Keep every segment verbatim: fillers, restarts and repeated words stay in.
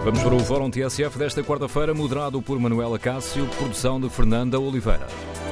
Vamos para o Fórum T S F desta quarta-feira, moderado por Manuela Cássio, produção de Fernanda Oliveira.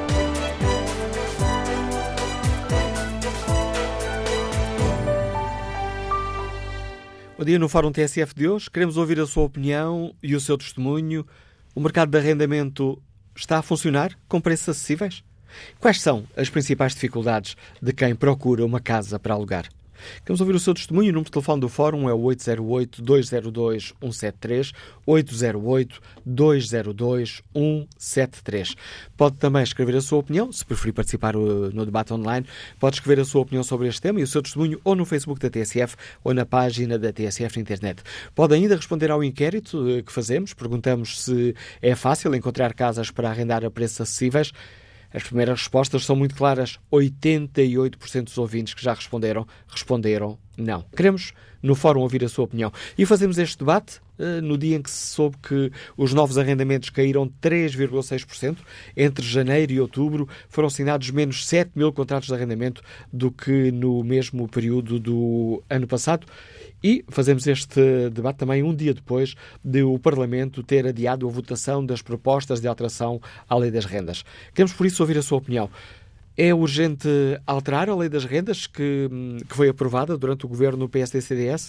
Bom dia no Fórum T S F de hoje. Queremos ouvir a sua opinião e o seu testemunho. O mercado de arrendamento está a funcionar com preços acessíveis? Quais são as principais dificuldades de quem procura uma casa para alugar? Queremos ouvir o seu testemunho. O número de telefone do Fórum é o oito zero oito, dois zero dois, um sete três, oito zero oito, dois zero dois, um sete três. Pode também escrever a sua opinião, se preferir participar no debate online, pode escrever a sua opinião sobre este tema e o seu testemunho ou no Facebook da T S F ou na página da T S F na internet. Pode ainda responder ao inquérito que fazemos. Perguntamos se é fácil encontrar casas para arrendar a preços acessíveis. As primeiras respostas são muito claras. oitenta e oito por cento dos ouvintes que já responderam, responderam não. Queremos, no Fórum, ouvir a sua opinião. E fazemos este debate uh, no dia em que se soube que os novos arrendamentos caíram três vírgula seis por cento. Entre janeiro e outubro foram assinados menos sete mil contratos de arrendamento do que no mesmo período do ano passado. E fazemos este debate também um dia depois de o Parlamento ter adiado a votação das propostas de alteração à Lei das Rendas. Queremos, por isso, ouvir a sua opinião. É urgente alterar a Lei das Rendas que, que foi aprovada durante o governo P S D C D S?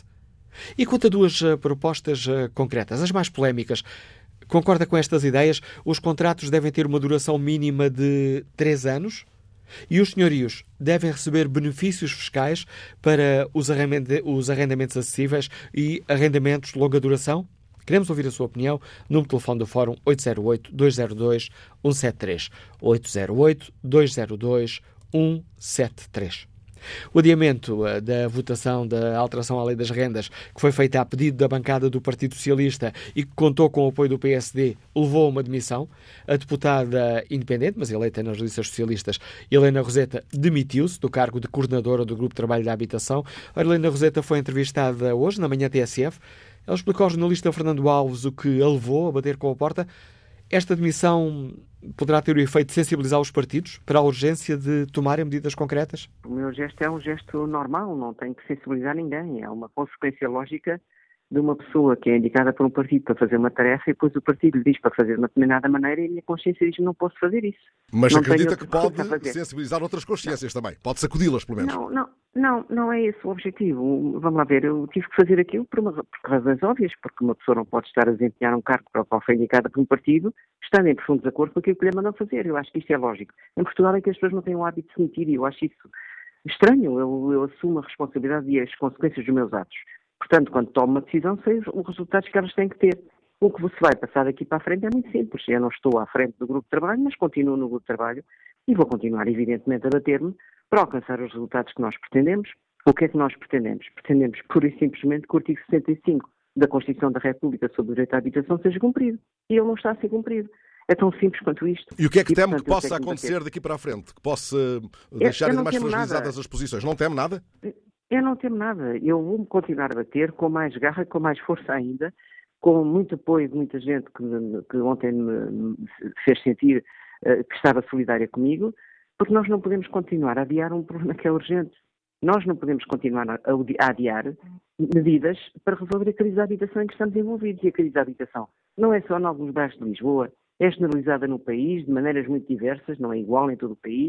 E quanto a duas propostas concretas, as mais polémicas, concorda com estas ideias? Os contratos devem ter uma duração mínima de três anos? E os senhorios devem receber benefícios fiscais para os arrendamentos acessíveis e arrendamentos de longa duração? Queremos ouvir a sua opinião. Número de telefone do Fórum oito zero oito, dois zero dois, um sete três. oito zero oito, dois zero dois, um sete três. O adiamento uh, da votação da alteração à Lei das Rendas, que foi feita a pedido da bancada do Partido Socialista e que contou com o apoio do P S D, levou a uma demissão. A deputada independente, mas eleita nas listas socialistas, Helena Roseta, demitiu-se do cargo de coordenadora do Grupo de Trabalho da Habitação. A Helena Roseta foi entrevistada hoje, na manhã T S F. Ela explicou ao jornalista Fernando Alves o que a levou a bater com a porta. Esta demissão poderá ter o efeito de sensibilizar os partidos para a urgência de tomarem medidas concretas? O meu gesto é um gesto normal, não tem que sensibilizar ninguém. É uma consequência lógica de uma pessoa que é indicada por um partido para fazer uma tarefa e depois o partido lhe diz para fazer de uma determinada maneira e a minha consciência diz que não posso fazer isso. Mas não acredita que pode sensibilizar outras consciências não. também? Pode sacudi-las, pelo menos? Não, não, não, não é esse o objetivo. Vamos lá ver, eu tive que fazer aquilo por, uma, por razões óbvias, porque uma pessoa não pode estar a desempenhar um cargo para o qual foi indicada por um partido, estando em profundo desacordo com aquilo que lhe mandam fazer. Eu acho que isto é lógico. Em Portugal é que as pessoas não têm o hábito de se demitir e eu acho isso estranho. Eu, eu assumo a responsabilidade e as consequências dos meus atos. Portanto, quando tomo uma decisão, sei os resultados que elas têm que ter. O que você vai passar daqui para a frente é muito simples. Eu não estou à frente do grupo de trabalho, mas continuo no grupo de trabalho e vou continuar, evidentemente, a bater-me para alcançar os resultados que nós pretendemos. O que é que nós pretendemos? Pretendemos, pura e simplesmente, que o artigo sessenta e cinco da Constituição da República sobre o direito à habitação seja cumprido. E ele não está a ser cumprido. É tão simples quanto isto. E o que é que e, teme portanto, que possa que acontecer bater. daqui para a frente? Que possa deixar ainda mais fragilizadas nada. as posições? Não teme nada? Eu não temo nada. Eu vou continuar a bater com mais garra, com mais força ainda, com muito apoio de muita gente que, que ontem me fez sentir uh, que estava solidária comigo, porque nós não podemos continuar a adiar um problema que é urgente. Nós não podemos continuar a, a adiar medidas para resolver a crise da habitação em que estamos envolvidos. E a crise da habitação não é só em alguns bairros de Lisboa, é generalizada no país de maneiras muito diversas, não é igual em todo o país.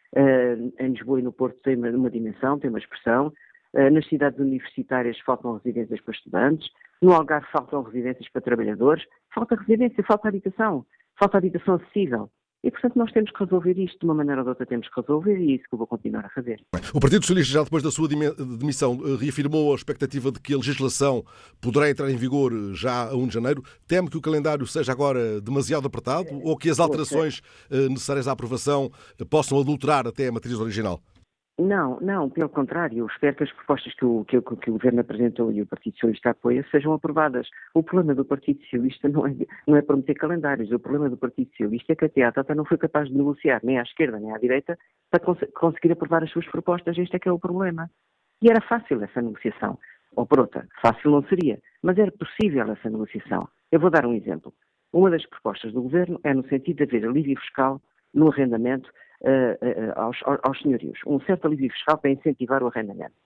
Uh, em Lisboa e no Porto tem uma, uma dimensão, tem uma expressão. Uh, nas cidades universitárias faltam residências para estudantes. No Algarve faltam residências para trabalhadores. Falta residência, falta habitação. Falta habitação acessível. E, portanto, nós temos que resolver isto de uma maneira ou de outra, temos que resolver e é isso que eu vou continuar a fazer. O Partido Socialista, já depois da sua demissão, reafirmou a expectativa de que a legislação poderá entrar em vigor já a primeiro de janeiro. Teme que o calendário seja agora demasiado apertado ou que as alterações necessárias à aprovação possam adulterar até a matriz original? Não, não, pelo contrário, eu espero que as propostas que o, que, que o Governo apresentou e o Partido Socialista apoia sejam aprovadas. O problema do Partido Socialista não é, não é prometer calendários, o problema do Partido Socialista é que até a Tata não foi capaz de negociar nem à esquerda nem à direita para cons- conseguir aprovar as suas propostas, este é que é o problema. E era fácil essa negociação, ou por outra, fácil não seria, mas era possível essa negociação. Eu vou dar um exemplo. Uma das propostas do Governo é no sentido de haver alívio fiscal no arrendamento Uh, uh, aos, aos senhorios, um certo alívio fiscal para incentivar o arrendamento.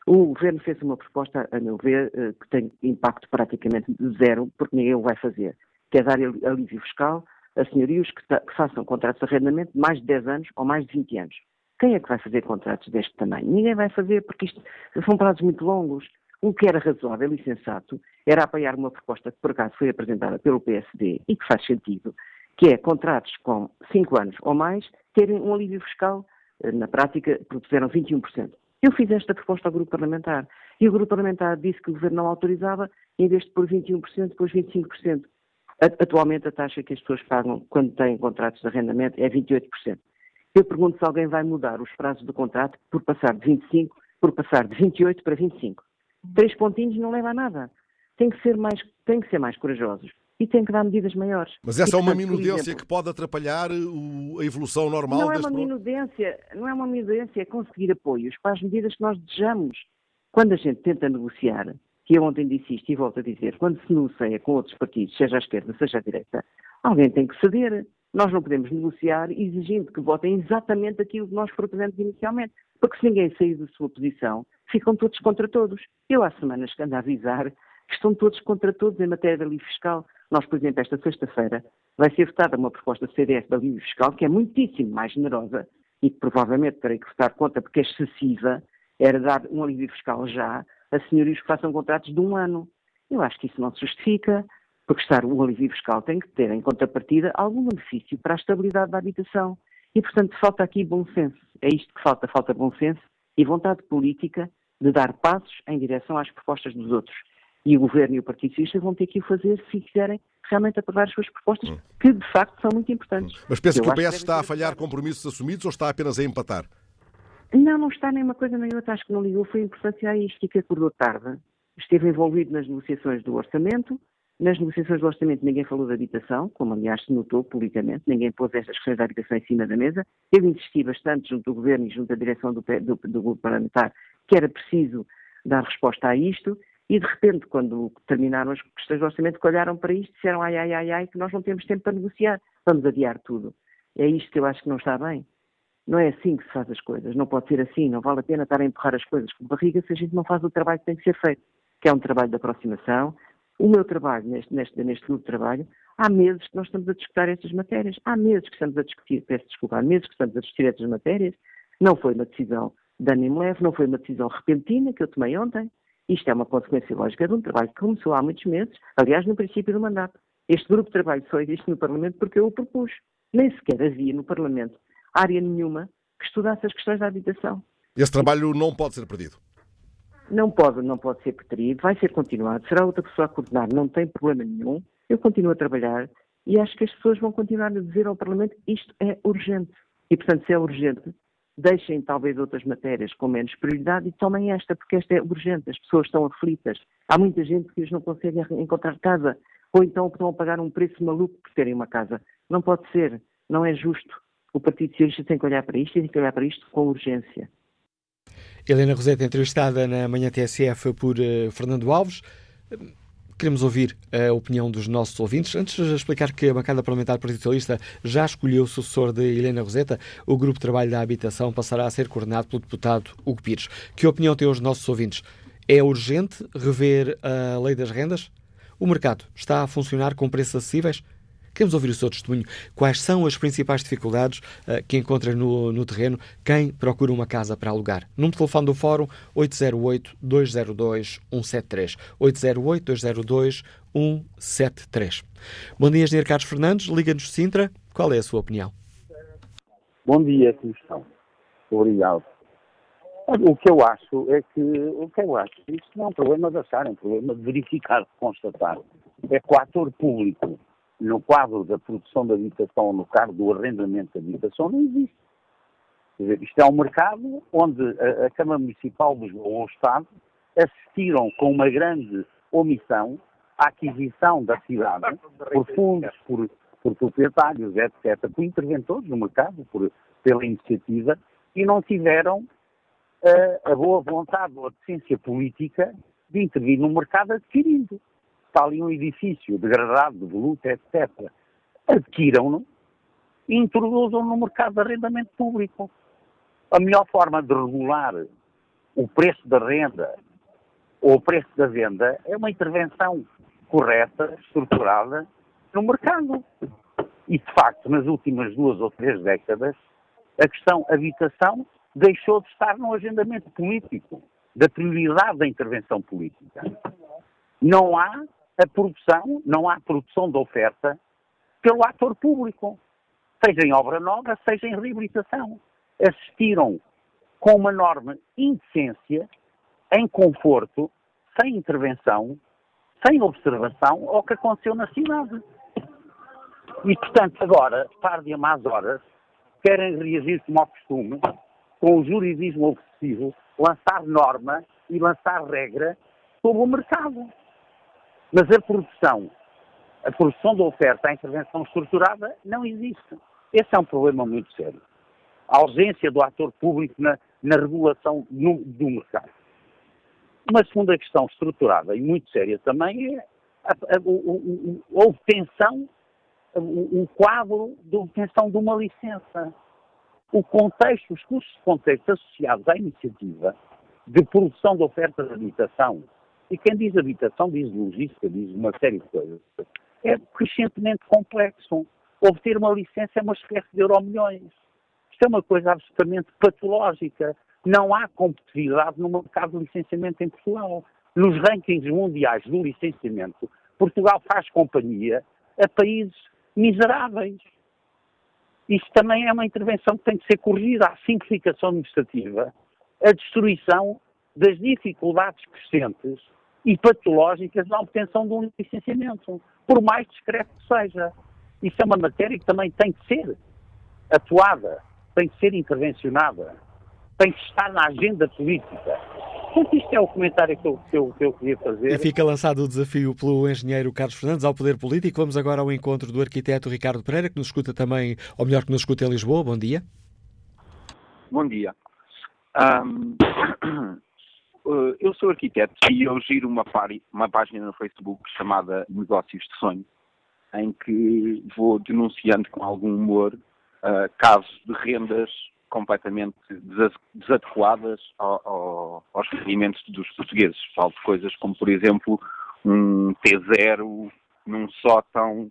O Governo fez uma proposta, a meu ver, que tem impacto praticamente zero, porque ninguém o vai fazer, que é dar alívio fiscal a senhorios que, que façam contratos de arrendamento de mais de dez anos ou mais de vinte anos. Quem é que vai fazer contratos deste tamanho? Ninguém vai fazer, porque isto são prazos muito longos. O que era razoável e sensato era apoiar uma proposta que, por acaso, foi apresentada pelo P S D e que faz sentido, que é contratos com cinco anos ou mais terem um alívio fiscal, na prática, propuseram vinte e um por cento. Eu fiz esta proposta ao grupo parlamentar e o grupo parlamentar disse que o Governo não autorizava, em vez de pôr vinte e um por cento, pôs vinte e cinco por cento. Atualmente a taxa que as pessoas pagam quando têm contratos de arrendamento é vinte e oito por cento. Eu pergunto se alguém vai mudar os prazos do contrato por passar de vinte e cinco, por passar de vinte e oito para vinte e cinco. Três pontinhos não leva a nada. Tem que ser mais, tem que ser mais corajosos e tem que dar medidas maiores. Mas essa e, é uma portanto, minudência exemplo, que pode atrapalhar o, a evolução normal não é deste uma problema? minudência, não é uma minudência, é conseguir apoios para as medidas que nós desejamos. Quando a gente tenta negociar, que eu ontem disse isto e volto a dizer, quando se negocia com outros partidos, seja à esquerda, seja à direita, alguém tem que ceder. Nós não podemos negociar exigindo que votem exatamente aquilo que nós propusemos inicialmente, porque se ninguém sair da sua posição, ficam todos contra todos. Eu há semanas que ando a avisar que estão todos contra todos em matéria de alívio fiscal. Nós, por exemplo, esta sexta-feira vai ser votada uma proposta do C D S de alívio fiscal que é muitíssimo mais generosa e que provavelmente terei que votar contra porque é excessiva, era dar um alívio fiscal já a senhorios que façam contratos de um ano. Eu acho que isso não se justifica, porque estar um alívio fiscal tem que ter em contrapartida algum benefício para a estabilidade da habitação. E, portanto, falta aqui bom senso. É isto que falta, falta bom senso e vontade política de dar passos em direção às propostas dos outros. E o Governo e o Partido Socialista vão ter que o fazer se quiserem realmente aprovar as suas propostas, hum. que de facto são muito importantes. Mas pensa Eu que o acho P S que está a devem ser falhar aprovadas. compromissos assumidos ou está apenas a empatar? Não, não está nem uma coisa nem outra. Acho que não ligou, foi importância a isto e que acordou tarde. Esteve envolvido nas negociações do orçamento. Nas negociações do orçamento ninguém falou de habitação, como aliás se notou publicamente, ninguém pôs estas questões da habitação em cima da mesa. Eu insisti bastante junto do Governo e junto da direção do, do, do grupo parlamentar que era preciso dar resposta a isto e de repente, quando terminaram as questões do orçamento, que olharam para isto, disseram ai, ai, ai, ai, que nós não temos tempo para negociar, vamos adiar tudo. É isto que eu acho que não está bem. Não é assim que se faz as coisas, não pode ser assim, não vale a pena estar a empurrar as coisas com barriga se a gente não faz o trabalho que tem que ser feito, que é um trabalho de aproximação. O meu trabalho, neste, neste, neste grupo de trabalho, há meses que nós estamos a discutir estas matérias, há meses que estamos a discutir, peço desculpa, há meses que estamos a discutir estas matérias, não foi uma decisão de ânimo leve, não foi uma decisão repentina que eu tomei ontem, isto é uma consequência lógica de um trabalho que começou há muitos meses, aliás, no princípio do mandato. Este grupo de trabalho só existe no Parlamento porque eu o propus. Nem sequer havia no Parlamento área nenhuma que estudasse as questões da habitação. Esse trabalho não pode ser perdido. Não pode, não pode ser perdido, vai ser continuado, será outra pessoa a coordenar, não tem problema nenhum. Eu continuo a trabalhar e acho que as pessoas vão continuar a dizer ao Parlamento isto é urgente. E, portanto, se é urgente, deixem talvez outras matérias com menos prioridade e tomem esta, porque esta é urgente. As pessoas estão aflitas. Há muita gente que não consegue encontrar casa ou então estão a pagar um preço maluco por terem uma casa. Não pode ser, não é justo. O Partido Socialista tem que olhar para isto e tem que olhar para isto com urgência. Helena Roseta, entrevistada na Manhã T S F por uh, Fernando Alves. Queremos ouvir a opinião dos nossos ouvintes. Antes de explicar que a bancada parlamentar do Partido Socialista já escolheu o sucessor de Helena Roseta, o Grupo de Trabalho da Habitação passará a ser coordenado pelo deputado Hugo Pires. Que opinião têm os nossos ouvintes? É urgente rever a lei das rendas? O mercado está a funcionar com preços acessíveis? Queremos ouvir o seu testemunho. Quais são as principais dificuldades uh, que encontra no, no terreno quem procura uma casa para alugar? Número de telefone do Fórum oito zero oito, dois zero dois, um sete três. oito zero oito, dois zero dois, um sete três. Bom dia, engenheiro Carlos Fernandes. Liga-nos de Sintra. Qual é a sua opinião? Bom dia, como estão? Obrigado. O que eu acho é que, o que eu acho, isto não é um problema de achar, é um problema de verificar, de constatar. É que o ator público, no quadro da produção de habitação, no quadro do arrendamento de habitação, não existe. Quer dizer, isto é um mercado onde a, a Câmara Municipal de Lisboa ou o Estado assistiram com uma grande omissão à aquisição da cidade por fundos, por, por proprietários, etcétera, por interventores no mercado, por, pela iniciativa, e não tiveram a, a boa vontade ou a decência política de intervir no mercado adquirindo. Está ali um edifício degradado, de voluta, etcétera. Adquiram-no e introduzam no mercado de arrendamento público. A melhor forma de regular o preço da renda ou o preço da venda é uma intervenção correta, estruturada no mercado. E, de facto, nas últimas duas ou três décadas, a questão habitação deixou de estar no agendamento político, da prioridade da intervenção política. Não há a produção, não há produção de oferta pelo ator público, seja em obra nova, seja em reabilitação. Assistiram com uma enorme indecência, em conforto, sem intervenção, sem observação ao que aconteceu na cidade. E, portanto, agora, tarde a más horas, querem reagir como ao costume, com o juridismo obsessivo, lançar norma e lançar regra sobre o mercado. Mas a produção, a produção da oferta, a intervenção estruturada, não existe. Esse é um problema muito sério. A ausência do ator público na, na regulação no, do mercado. Uma segunda questão estruturada e muito séria também é a, a, a, a obtenção, um quadro de obtenção de uma licença. O contexto, os custos de contexto associados à iniciativa de produção de oferta de habitação, e quem diz habitação diz logística, diz uma série de coisas, é crescentemente complexo. Obter uma licença é uma espécie de euro-milhões. Isto é uma coisa absolutamente patológica. Não há competitividade no mercado de licenciamento em Portugal. Nos rankings mundiais do licenciamento, Portugal faz companhia a países miseráveis. Isto também é uma intervenção que tem que ser corrigida. A simplificação administrativa, a destruição das dificuldades crescentes e patológicas na obtenção de um licenciamento, por mais discreto que seja. Isso é uma matéria que também tem que ser atuada, tem que ser intervencionada, tem que estar na agenda política. Portanto, isto é o comentário que eu, que, eu, que eu queria fazer. E fica lançado o desafio pelo engenheiro Carlos Fernandes ao poder político. Vamos agora ao encontro do arquiteto Ricardo Pereira, que nos escuta também, ou melhor, que nos escuta em Lisboa. Bom dia. Bom dia. Um, eu sou arquiteto e eu giro uma, pari, uma página no Facebook chamada Negócios de Sonho, em que vou denunciando com algum humor uh, casos de rendas completamente desadequadas ao, ao, aos rendimentos dos portugueses. Falo de coisas como, por exemplo, um T zero num sótão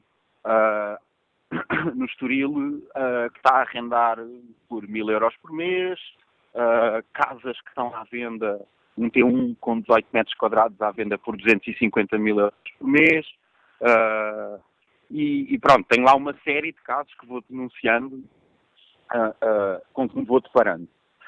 uh, no Estoril uh, que está a arrendar por mil euros por mês, uh, casas que estão à venda, um T um com dezoito metros quadrados à venda por duzentos e cinquenta mil euros por mês. Uh, e, e pronto, tenho lá uma série de casos que vou denunciando, Uh, uh, com que me vou deparando.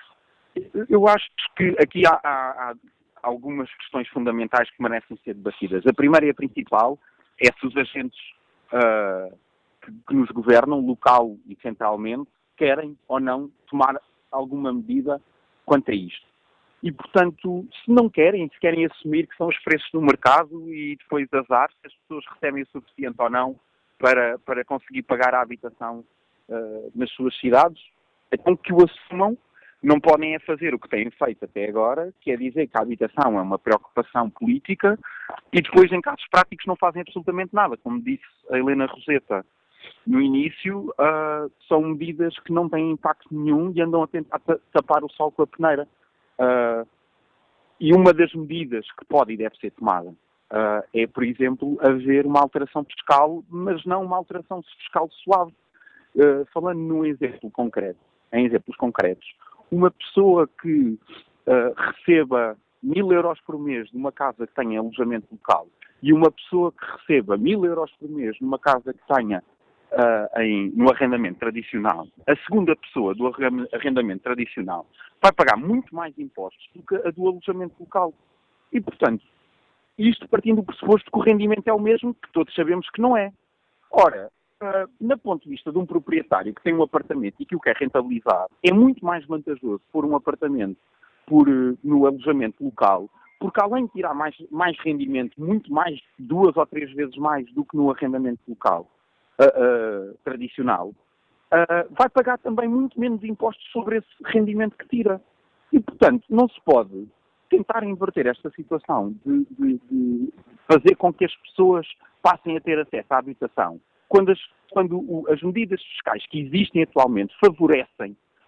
Eu acho que aqui há, há, há algumas questões fundamentais que merecem ser debatidas. A primeira e a principal é se os agentes uh, que, que nos governam, local e centralmente, querem ou não tomar alguma medida quanto a isto. E, portanto, se não querem, se querem assumir que são os preços do mercado e depois azar, se as pessoas recebem o suficiente ou não para, para conseguir pagar a habitação Uh, nas suas cidades, então que o assumam. Não podem é fazer o que têm feito até agora, que é dizer que a habitação é uma preocupação política e depois em casos práticos não fazem absolutamente nada. Como disse a Helena Roseta no início, uh, são medidas que não têm impacto nenhum e andam a tentar tapar o sol com a peneira. Uh, e uma das medidas que pode e deve ser tomada uh, é, por exemplo, haver uma alteração fiscal, mas não uma alteração fiscal suave. Uh, falando num exemplo concreto, em exemplos concretos, uma pessoa que uh, receba mil euros por mês numa casa que tenha alojamento local e uma pessoa que receba mil euros por mês numa casa que tenha uh, em, no arrendamento tradicional, a segunda pessoa do arrendamento tradicional vai pagar muito mais impostos do que a do alojamento local. E, portanto, isto partindo do pressuposto que o rendimento é o mesmo, que todos sabemos que não é. Ora, Uh, no ponto de vista de um proprietário que tem um apartamento e que o quer rentabilizar, é muito mais vantajoso pôr um apartamento por, uh, no alojamento local, porque além de tirar mais, mais rendimento, muito mais, duas ou três vezes mais do que no arrendamento local uh, uh, tradicional, uh, vai pagar também muito menos impostos sobre esse rendimento que tira. E, portanto, não se pode tentar inverter esta situação de, de, de fazer com que as pessoas passem a ter acesso à habitação quando as, quando o, as medidas fiscais que existem atualmente favorecem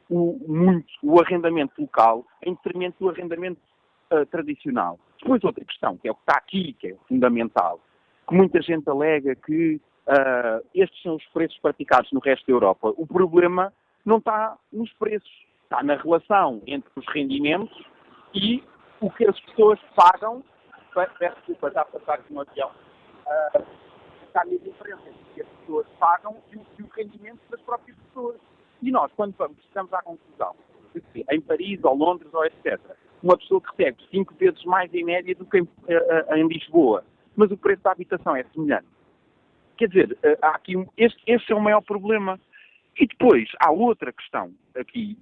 o, muito o arrendamento local em detrimento do arrendamento uh, tradicional. Depois outra questão, que é o que está aqui, que é fundamental, que muita gente alega que uh, estes são os preços praticados no resto da Europa. O problema não está nos preços, está na relação entre os rendimentos e o que as pessoas pagam. Peço desculpa, já passar aqui um avião. Uh, está a diferença entre o que as pessoas pagam e o, e o rendimento das próprias pessoas. E nós, quando vamos, chegamos à conclusão de que em Paris ou Londres ou etcétera, uma pessoa que recebe cinco vezes mais em média do que em, uh, em Lisboa, mas o preço da habitação é semelhante. Quer dizer, uh, há aqui um, este, este é o maior problema. E depois há outra questão aqui,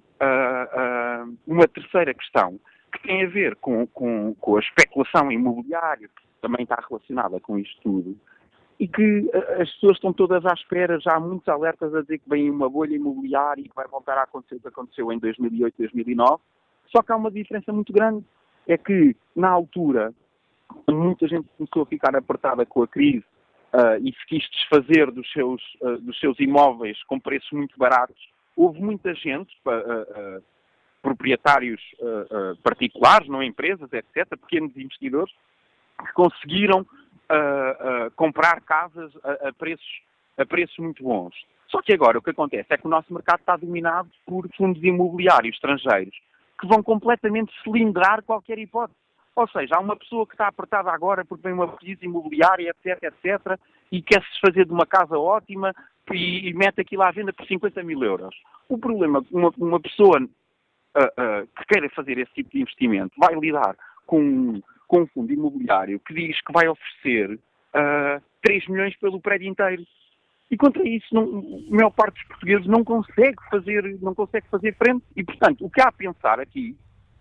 uh, uh, uma terceira questão, que tem a ver com, com, com a especulação imobiliária, que também está relacionada com isto tudo, e que as pessoas estão todas à espera, já há muitos alertas a dizer que vem uma bolha imobiliária e que vai voltar a acontecer o que aconteceu em dois mil e oito, dois mil e nove, só que há uma diferença muito grande, é que na altura, quando muita gente começou a ficar apertada com a crise uh, e se quis desfazer dos seus, uh, dos seus imóveis com preços muito baratos, houve muita gente, uh, uh, proprietários uh, uh, particulares, não empresas, etcétera, pequenos investidores, que conseguiram Uh, uh, comprar casas a, a, preços, a preços muito bons. Só que agora o que acontece é que o nosso mercado está dominado por fundos imobiliários estrangeiros que vão completamente cilindrar qualquer hipótese. Ou seja, há uma pessoa que está apertada agora porque vem uma crise imobiliária, etc, etcétera, e quer se desfazer de uma casa ótima e, e mete aquilo à venda por cinquenta mil euros. O problema, uma, uma pessoa uh, uh, que queira fazer esse tipo de investimento vai lidar com com um fundo imobiliário que diz que vai oferecer uh, três milhões pelo prédio inteiro. E contra isso, não, a maior parte dos portugueses não consegue fazer, não consegue fazer frente. E, portanto, o que há a pensar aqui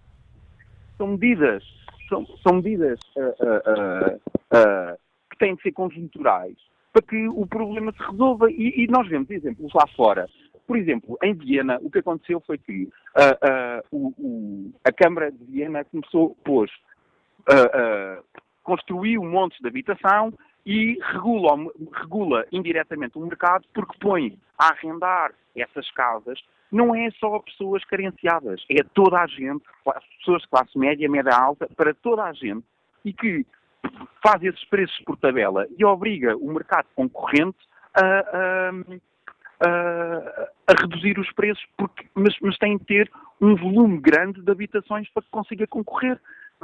são medidas, são, são medidas uh, uh, uh, uh, que têm de ser conjunturais para que o problema se resolva. E, e nós vemos exemplos lá fora. Por exemplo, em Viena, o que aconteceu foi que uh, uh, o, o, a Câmara de Viena começou, pôs, Uh, uh, construiu montes de habitação e regula, regula indiretamente o mercado porque põe a arrendar essas casas não é só pessoas carenciadas, é toda a gente, pessoas de classe média, média alta, para toda a gente, e que faz esses preços por tabela e obriga o mercado concorrente a, a, a, a reduzir os preços, porque, mas, mas tem de ter um volume grande de habitações para que consiga concorrer.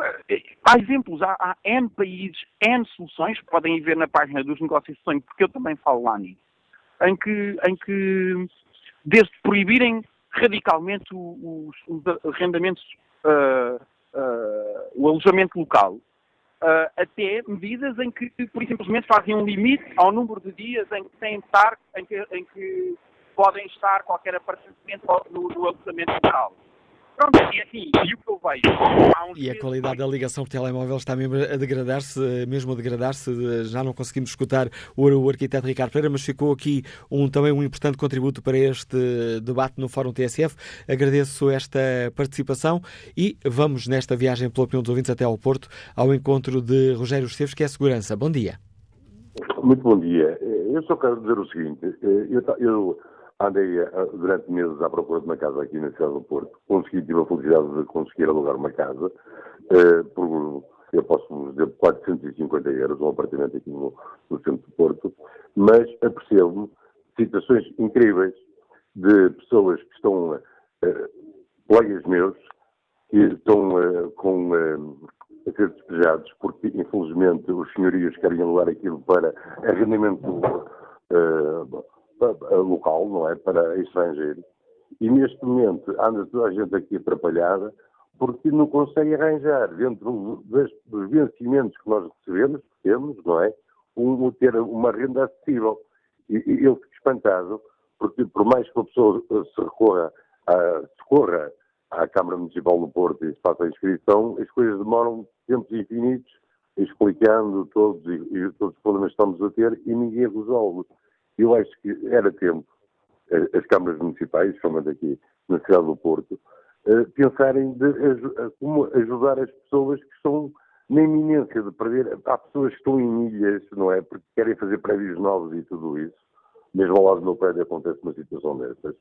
Há exemplos, há, há N países, N soluções, podem ir ver na página dos negócios de sonho, porque eu também falo lá nisso, em que, em que desde proibirem radicalmente os, os arrendamentos, uh, uh, o alojamento local, uh, até medidas em que, por simplesmente, fazem um limite ao número de dias em que têm de estar, em que, em que podem estar qualquer apartamento no, no alojamento local. Pronto, e assim, e o que eu vejo... E a qualidade da ligação por telemóvel está mesmo a degradar-se, mesmo a degradar-se, já não conseguimos escutar o, o arquiteto Ricardo Pereira, mas ficou aqui um, também um importante contributo para este debate no Fórum T S F. Agradeço esta participação e vamos nesta viagem pela opinião dos ouvintes até ao Porto, ao encontro de Rogério Esteves, que é a segurança. Bom dia. Muito bom dia. Eu só quero dizer o seguinte, eu... eu... andei durante meses à procura de uma casa aqui na cidade do Porto. Consegui, tive a felicidade de conseguir alugar uma casa uh, por, eu posso dizer, quatrocentos e cinquenta euros, um apartamento aqui no, no centro do Porto, mas apercebo situações incríveis de pessoas que estão, uh, colegas meus, que estão uh, com, uh, a ser despejados porque, infelizmente, os senhorios querem alugar aquilo para arrendamento uh, local, não é? Para estrangeiro. E neste momento anda toda a gente aqui atrapalhada porque não consegue arranjar dentro dos, dos vencimentos que nós recebemos, temos, não é? Um, ter uma renda acessível. E, e eu fico espantado porque por mais que a pessoa se recorra a, se corra à Câmara Municipal do Porto e se faça a inscrição, as coisas demoram tempos infinitos explicando todos e, e todos os problemas que estamos a ter e ninguém resolve. Eu acho que era tempo, as câmaras municipais, principalmente aqui na cidade do Porto, pensarem de como ajudar as pessoas que estão na iminência de perder. Há pessoas que estão em ilhas, não é? Porque querem fazer prédios novos e tudo isso. Mesmo ao lado do meu prédio acontece uma situação dessas.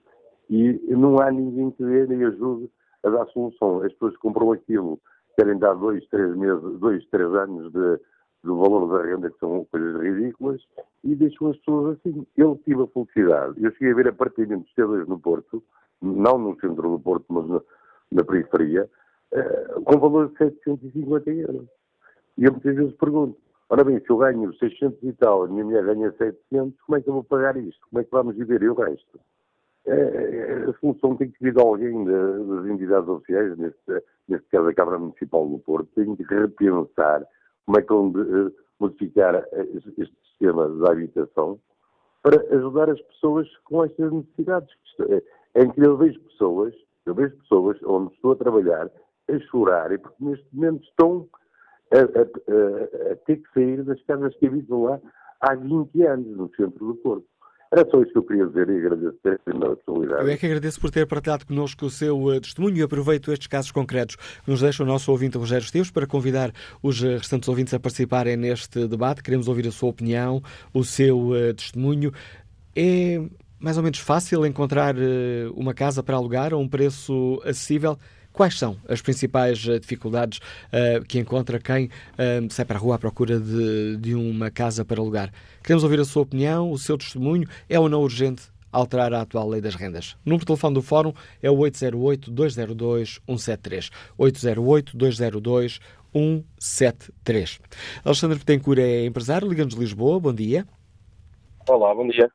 E não há ninguém que dê nem ajude a dar solução. As pessoas compram aquilo, querem dar dois, três meses, dois, três anos de, do valor da renda, que são coisas ridículas, e deixam as pessoas assim. Eu tive a felicidade. Eu cheguei a ver apartamentos T dois no Porto, não no centro do Porto, mas na, na periferia, uh, com valor de setecentos e cinquenta euros. E eu muitas vezes pergunto, ora bem, se eu ganho seiscentos e tal, a minha mulher ganha setecentos, como é que eu vou pagar isto? Como é que vamos viver? E o resto? Uh, a solução tem que vir de alguém das entidades sociais, neste, neste caso a Câmara Municipal do Porto, tem que repensar como é que vão uh, modificar este, este sistema da habitação para ajudar as pessoas com estas necessidades. É em que eu vejo pessoas, eu vejo pessoas onde estou a trabalhar a chorarem, porque neste momento estão a, a, a, a ter que sair das casas que habitam lá há vinte anos, no centro do Porto. Era só isso que eu queria dizer e agradecer a primeira possibilidade. Eu é que agradeço por ter partilhado connosco o seu uh, testemunho e aproveito estes casos concretos que nos deixa o nosso ouvinte Rogério Esteves para convidar os uh, restantes ouvintes a participarem neste debate. Queremos ouvir a sua opinião, o seu uh, testemunho. É mais ou menos fácil encontrar uh, uma casa para alugar a um preço acessível? Quais são as principais uh, dificuldades uh, que encontra quem uh, sai para a rua à procura de, de uma casa para alugar? Queremos ouvir a sua opinião, o seu testemunho. É ou não urgente alterar a atual lei das rendas? O número de telefone do Fórum é o oito zero oito, dois zero dois, um sete três. oito zero oito, dois zero dois, um sete três. Alexandre Betancourt é empresário, liga-nos de Lisboa. Bom dia. Olá, bom dia.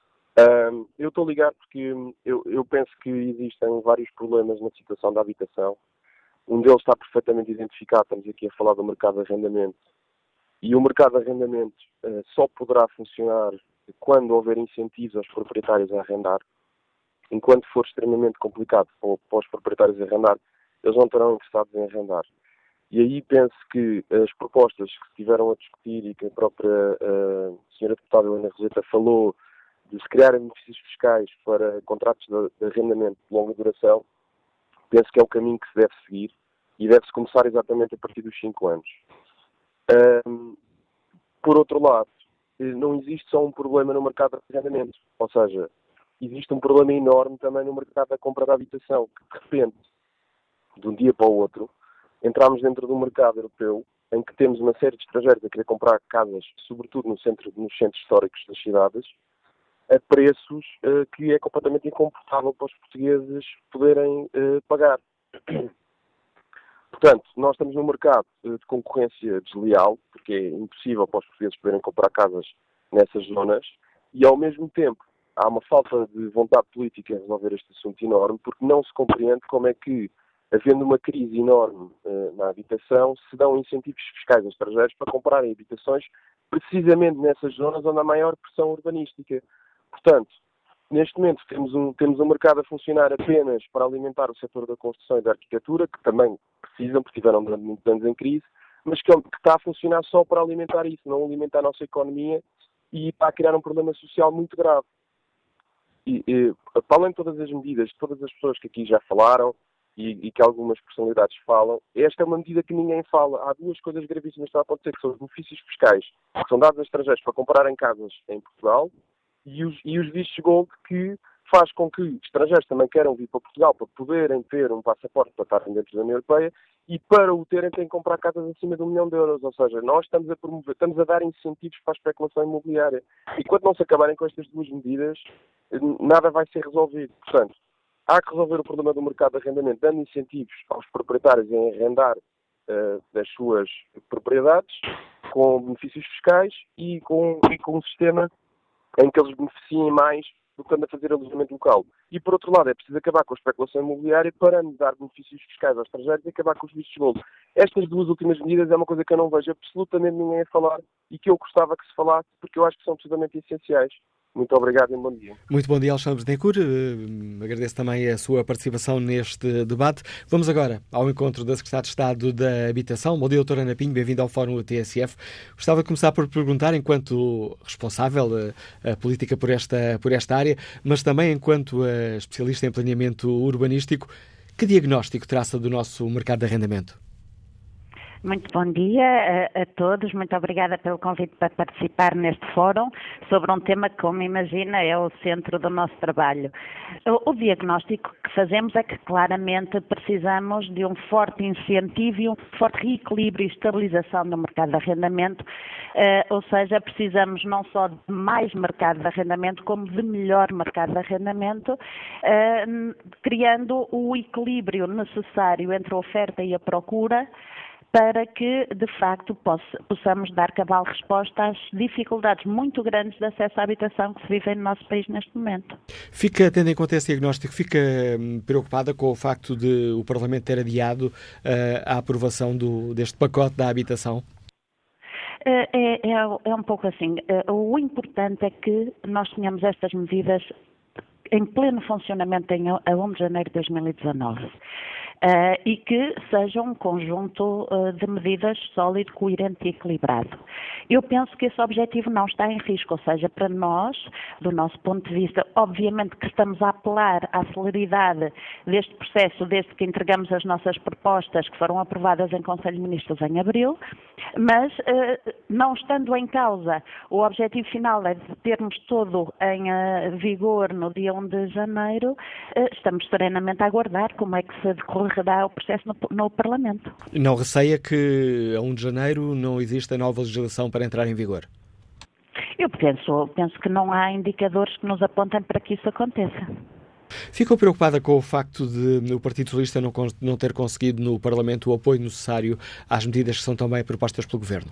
Um, eu estou a ligar porque eu, eu penso que existem vários problemas na situação da habitação. Um deles está perfeitamente identificado. Estamos aqui a falar do mercado de arrendamento. E o mercado de arrendamento uh, só poderá funcionar quando houver incentivos aos proprietários a arrendar. Enquanto for extremamente complicado para os proprietários a arrendar, eles não estarão interessados em arrendar. E aí penso que as propostas que se estiveram a discutir e que a própria uh, senhora deputada Helena Roseta falou de se criarem benefícios fiscais para contratos de, de arrendamento de longa duração, penso que é o caminho que se deve seguir e deve-se começar exatamente a partir dos cinco anos. Um, por outro lado, não existe só um problema no mercado de arrendamento, ou seja, existe um problema enorme também no mercado da compra da habitação, que de repente, de um dia para o outro, entramos dentro do mercado europeu em que temos uma série de estrangeiros a querer comprar casas, sobretudo no centro, nos centros históricos das cidades, a preços uh, que é completamente incomportável para os portugueses poderem uh, pagar. Portanto, nós estamos num mercado uh, de concorrência desleal, porque é impossível para os portugueses poderem comprar casas nessas zonas, e ao mesmo tempo há uma falta de vontade política em resolver este assunto enorme, porque não se compreende como é que, havendo uma crise enorme uh, na habitação, se dão incentivos fiscais aos estrangeiros para comprarem habitações precisamente nessas zonas onde há maior pressão urbanística. Portanto, neste momento temos um, temos um mercado a funcionar apenas para alimentar o setor da construção e da arquitetura, que também precisam, porque tiveram durante muitos anos em crise, mas que, que está a funcionar só para alimentar isso, não alimentar a nossa economia e está a criar um problema social muito grave. E, e, para além de todas as medidas, de todas as pessoas que aqui já falaram e, e que algumas personalidades falam, esta é uma medida que ninguém fala. Há duas coisas gravíssimas que estão a acontecer, que são os benefícios fiscais, que são dados a estrangeiros para comprarem casas em Portugal, E os, e os vistos gold, que faz com que estrangeiros também queiram vir para Portugal para poderem ter um passaporte para estarem dentro da União Europeia e para o terem têm que comprar casas acima de um milhão de euros. Ou seja, nós estamos a promover, estamos a dar incentivos para a especulação imobiliária. E quando não se acabarem com estas duas medidas, nada vai ser resolvido. Portanto, há que resolver o problema do mercado de arrendamento, dando incentivos aos proprietários em arrendar uh, das suas propriedades, com benefícios fiscais e com, e com um sistema em que eles beneficiem mais do que andam a fazer alojamento local. E, por outro lado, é preciso acabar com a especulação imobiliária para dar benefícios fiscais aos estrangeiros e acabar com os vistos gold. Estas duas últimas medidas é uma coisa que eu não vejo absolutamente ninguém a falar e que eu gostava que se falasse, porque eu acho que são absolutamente essenciais. Muito obrigado e um bom dia. Muito bom dia, Alexandre Betancourt. Uh, agradeço também a sua participação neste debate. Vamos agora ao encontro da Secretária de Estado da Habitação. Bom dia, doutora Ana Pinho. Bem-vindo ao Fórum T S F. Gostava de começar por perguntar, enquanto responsável uh, a política por esta, por esta área, mas também enquanto uh, especialista em planeamento urbanístico, que diagnóstico traça do nosso mercado de arrendamento? Muito bom dia a, a todos, muito obrigada pelo convite para participar neste fórum sobre um tema que, como imagina, é o centro do nosso trabalho. O, o diagnóstico que fazemos é que claramente precisamos de um forte incentivo e um forte reequilíbrio e estabilização do mercado de arrendamento, eh, ou seja, precisamos não só de mais mercado de arrendamento, como de melhor mercado de arrendamento, eh, criando o equilíbrio necessário entre a oferta e a procura, para que, de facto, possamos dar cabal resposta às dificuldades muito grandes de acesso à habitação que se vivem no nosso país neste momento. Fica, tendo em conta esse diagnóstico, fica hum, preocupada com o facto de o Parlamento ter adiado uh, a aprovação do, deste pacote da habitação? É, é, é um pouco assim. O importante é que nós tenhamos estas medidas em pleno funcionamento em, a primeiro de janeiro de dois mil e dezanove. Uh, e que seja um conjunto uh, de medidas sólido, coerente e equilibrado. Eu penso que esse objetivo não está em risco, ou seja, para nós, do nosso ponto de vista, obviamente que estamos a apelar à celeridade deste processo desde que entregamos as nossas propostas que foram aprovadas em Conselho de Ministros em abril, mas uh, não estando em causa, o objetivo final é de termos todo em uh, vigor no dia primeiro de janeiro, uh, estamos serenamente a aguardar como é que se decorre redar o processo no, no Parlamento. Não receia que a primeiro de janeiro não exista nova legislação para entrar em vigor? Eu penso, penso que não há indicadores que nos apontem para que isso aconteça. Ficou preocupada com o facto de o Partido Socialista não, não ter conseguido no Parlamento o apoio necessário às medidas que são também propostas pelo Governo?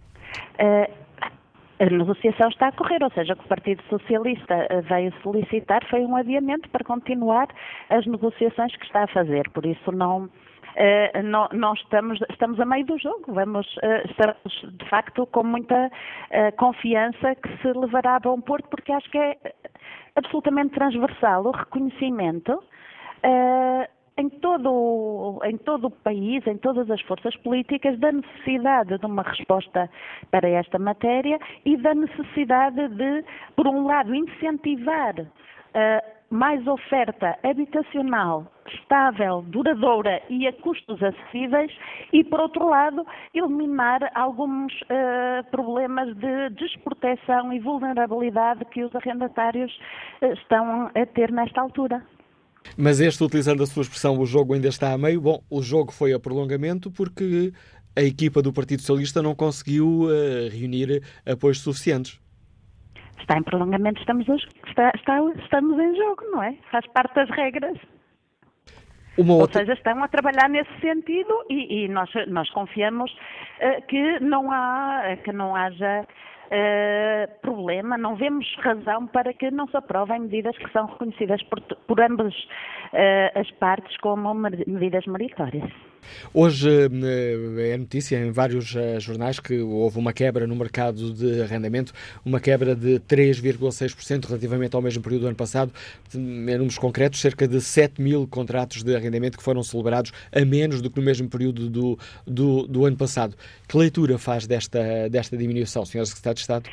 Uh, A negociação está a correr, ou seja, o que o Partido Socialista veio solicitar foi um adiamento para continuar as negociações que está a fazer. Por isso não, eh, não, não estamos, estamos a meio do jogo. Vamos, eh, estamos, de facto, com muita eh, confiança que se levará a bom porto, porque acho que é absolutamente transversal o reconhecimento eh, em todo, em todo o país, em todas as forças políticas, da necessidade de uma resposta para esta matéria e da necessidade de, por um lado, incentivar uh, mais oferta habitacional estável, duradoura e a custos acessíveis e, por outro lado, eliminar alguns uh, problemas de desproteção e vulnerabilidade que os arrendatários uh, estão a ter nesta altura. Mas este, utilizando a sua expressão, o jogo ainda está a meio. Bom, o jogo foi a prolongamento porque a equipa do Partido Socialista não conseguiu uh, reunir apoios suficientes. Está em prolongamento, estamos, hoje, está, está, estamos em jogo, não é? Faz parte das regras. Uma outra... Ou seja, estão a trabalhar nesse sentido e, e nós, nós confiamos uh, que não há, que não haja Uh, problema, não vemos razão para que não se aprovem medidas que são reconhecidas por, por ambas uh, as partes como medidas meritórias. Hoje uh, é notícia em vários uh, jornais que houve uma quebra no mercado de arrendamento, uma quebra de três vírgula seis por cento relativamente ao mesmo período do ano passado. Em números concretos, cerca de sete mil contratos de arrendamento que foram celebrados a menos do que no mesmo período do, do, do ano passado. Que leitura faz desta, desta diminuição, senhora Secretária de Estado?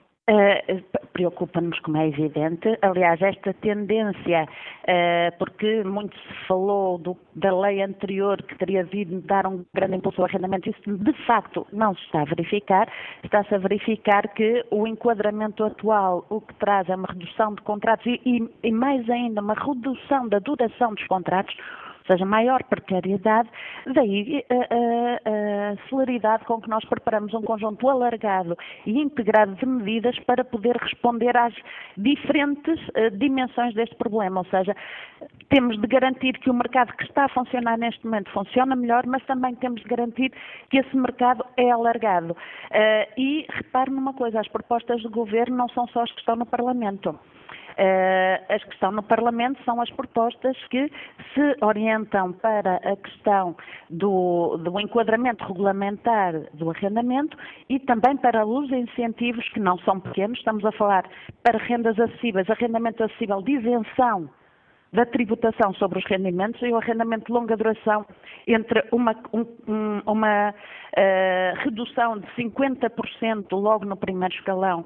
Uh, preocupa-nos, como é evidente. Aliás, esta tendência, uh, porque muito se falou do, da lei anterior que teria vindo dar um grande impulso ao arrendamento, isso de facto não se está a verificar. Está-se a verificar que o enquadramento atual o que traz é uma redução de contratos e, e, e mais ainda, uma redução da duração dos contratos, ou seja, maior precariedade, daí a, a, a celeridade com que nós preparamos um conjunto alargado e integrado de medidas para poder responder às diferentes uh, dimensões deste problema, ou seja, temos de garantir que o mercado que está a funcionar neste momento funciona melhor, mas também temos de garantir que esse mercado é alargado. Uh, e repare numa coisa, as propostas do Governo não são só as que estão no Parlamento. Uh, as que estão no Parlamento são as propostas que se orientam para a questão do, do enquadramento regulamentar do arrendamento e também para os incentivos que não são pequenos. Estamos a falar para rendas acessíveis, arrendamento acessível de isenção da tributação sobre os rendimentos e o arrendamento de longa duração entre uma, um, uma uh, redução de cinquenta por cento logo no primeiro escalão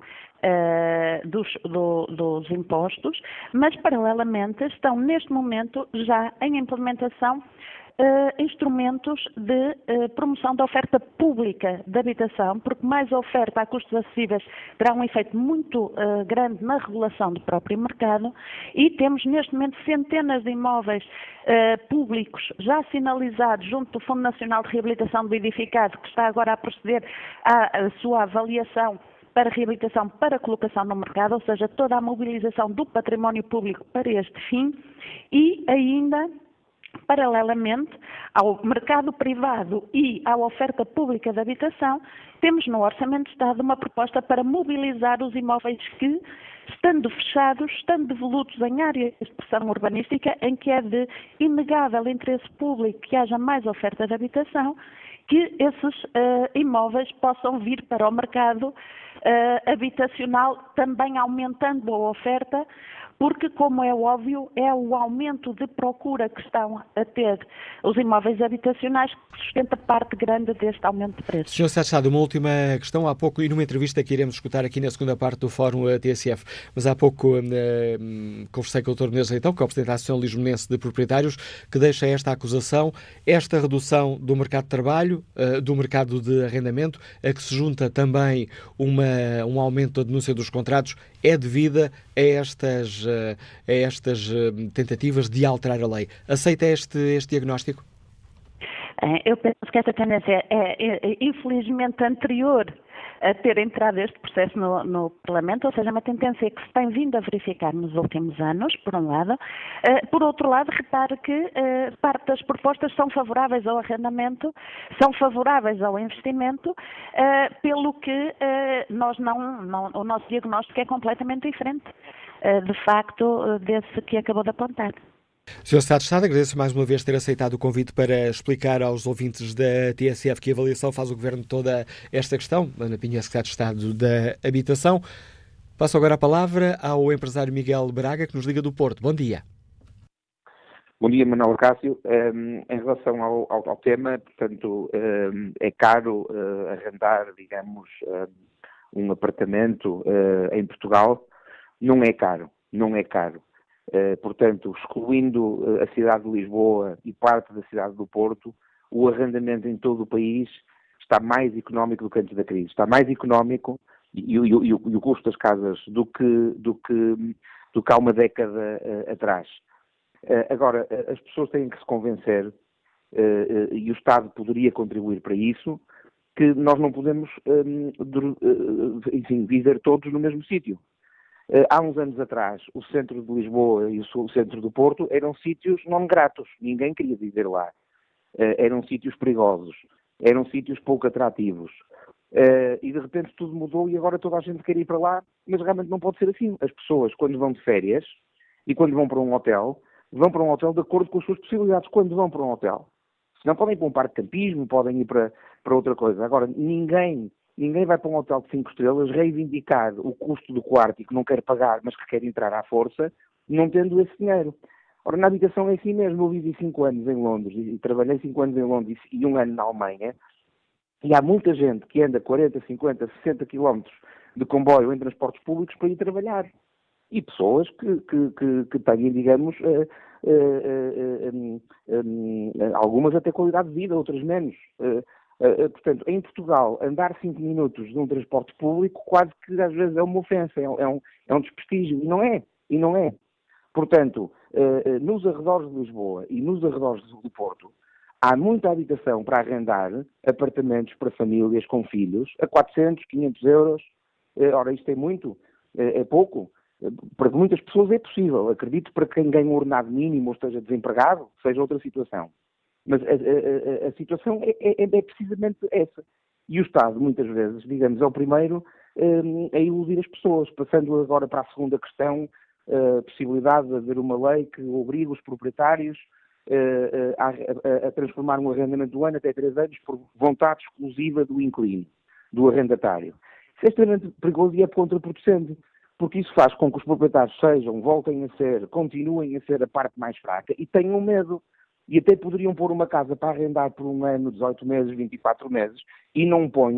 uh, dos, do, dos impostos, mas paralelamente estão neste momento já em implementação uh, instrumentos de uh, promoção da oferta pública de habitação, porque mais oferta a custos acessíveis terá um efeito muito uh, grande na regulação do próprio mercado, e temos neste momento centenas de imóveis uh, públicos já sinalizados junto do Fundo Nacional de Reabilitação do Edificado, que está agora a proceder à, à sua avaliação para reabilitação, para colocação no mercado, ou seja, toda a mobilização do património público para este fim, e ainda, paralelamente ao mercado privado e à oferta pública de habitação, temos no Orçamento de Estado uma proposta para mobilizar os imóveis que, estando fechados, estando devolutos em áreas de expressão urbanística, em que é de inegável interesse público que haja mais oferta de habitação, que esses uh, imóveis possam vir para o mercado uh, habitacional, também aumentando a oferta, porque, como é óbvio, é o aumento de procura que estão a ter os imóveis habitacionais que sustenta parte grande deste aumento de preços. senhor Secretário de Estado, uma última questão. Há pouco, e numa entrevista que iremos escutar aqui na segunda parte do Fórum T S F, mas há pouco eh, conversei com o doutor Menezes Leitão, que é o Presidente da Associação Lisbonense de Proprietários, que deixa esta acusação, esta redução do mercado de trabalho, eh, do mercado de arrendamento, a que se junta também uma, um aumento da denúncia dos contratos, é devida a estas, a estas tentativas de alterar a lei. Aceita este, este diagnóstico? Eu penso que esta tendência é, é infelizmente anterior a ter entrado este processo no, no Parlamento, ou seja, uma tendência que se tem vindo a verificar nos últimos anos, por um lado. Uh, por outro lado, repare que uh, parte das propostas são favoráveis ao arrendamento, são favoráveis ao investimento, uh, pelo que uh, nós não, não, o nosso diagnóstico é completamente diferente, uh, de facto, uh, desse que acabou de apontar. senhor Secretário de Estado, agradeço mais uma vez ter aceitado o convite para explicar aos ouvintes da T S F que avaliação faz o Governo de toda esta questão. Ana Pinho, Secretário de Estado da Habitação. Passo agora a palavra ao empresário Miguel Braga, que nos liga do Porto. Bom dia. Bom dia, Manuel Cássio. Um, em relação ao, ao, ao tema, portanto, um, é caro uh, arrendar, digamos, um, um apartamento uh, em Portugal. Não é caro, não é caro. Uh, portanto, excluindo uh, a cidade de Lisboa e parte da cidade do Porto, o arrendamento em todo o país está mais económico do que antes da crise. Está mais económico e, e, e, e o custo das casas do que, do que, do que há uma década uh, atrás. Uh, agora, uh, as pessoas têm que se convencer, uh, uh, e o Estado poderia contribuir para isso, que nós não podemos um, de, uh, enfim, viver todos no mesmo sítio. Uh, há uns anos atrás, o centro de Lisboa e o centro do Porto eram sítios não gratos, ninguém queria viver lá. Uh, eram sítios perigosos, eram sítios pouco atrativos. Uh, e de repente tudo mudou e agora toda a gente quer ir para lá, mas realmente não pode ser assim. As pessoas, quando vão de férias e quando vão para um hotel, vão para um hotel de acordo com as suas possibilidades, quando vão para um hotel. Se não, podem ir para um parque de campismo, podem ir para, para outra coisa. Agora, ninguém... Ninguém vai para um hotel de cinco estrelas reivindicar o custo do quarto e que não quer pagar, mas que quer entrar à força, não tendo esse dinheiro. Ora, na habitação é assim mesmo. Eu vivi cinco anos em Londres e trabalhei cinco anos em Londres e um ano na Alemanha, e há muita gente que anda quarenta, cinquenta, sessenta quilómetros de comboio em transportes públicos para ir trabalhar. E pessoas que, que, que, que têm, digamos, uh, uh, uh, um, um, algumas até qualidade de vida, outras menos. Uh, Uh, portanto, em Portugal, andar cinco minutos de um transporte público quase que às vezes é uma ofensa, é um, é um desprestígio, e não é, e não é. Portanto, uh, nos arredores de Lisboa e nos arredores do Porto, há muita habitação para arrendar, apartamentos para famílias com filhos, a quatrocentos, quinhentos euros. Uh, ora, isto é muito, uh, é pouco. Uh, para muitas pessoas é possível, acredito, para quem ganha um ordenado mínimo ou esteja desempregado, seja outra situação. Mas a, a, a, a situação é, é, é precisamente essa. E o Estado, muitas vezes, digamos, é o primeiro um, a iludir as pessoas. Passando agora para a segunda questão, a possibilidade de haver uma lei que obrigue os proprietários uh, a, a, a transformar um arrendamento do ano até três anos por vontade exclusiva do inquilino, do arrendatário. Isso é extremamente perigoso e é contraproducente, porque isso faz com que os proprietários sejam, voltem a ser, continuem a ser a parte mais fraca e tenham medo. E até poderiam pôr uma casa para arrendar por um ano, dezoito meses, vinte e quatro meses, e não ponham,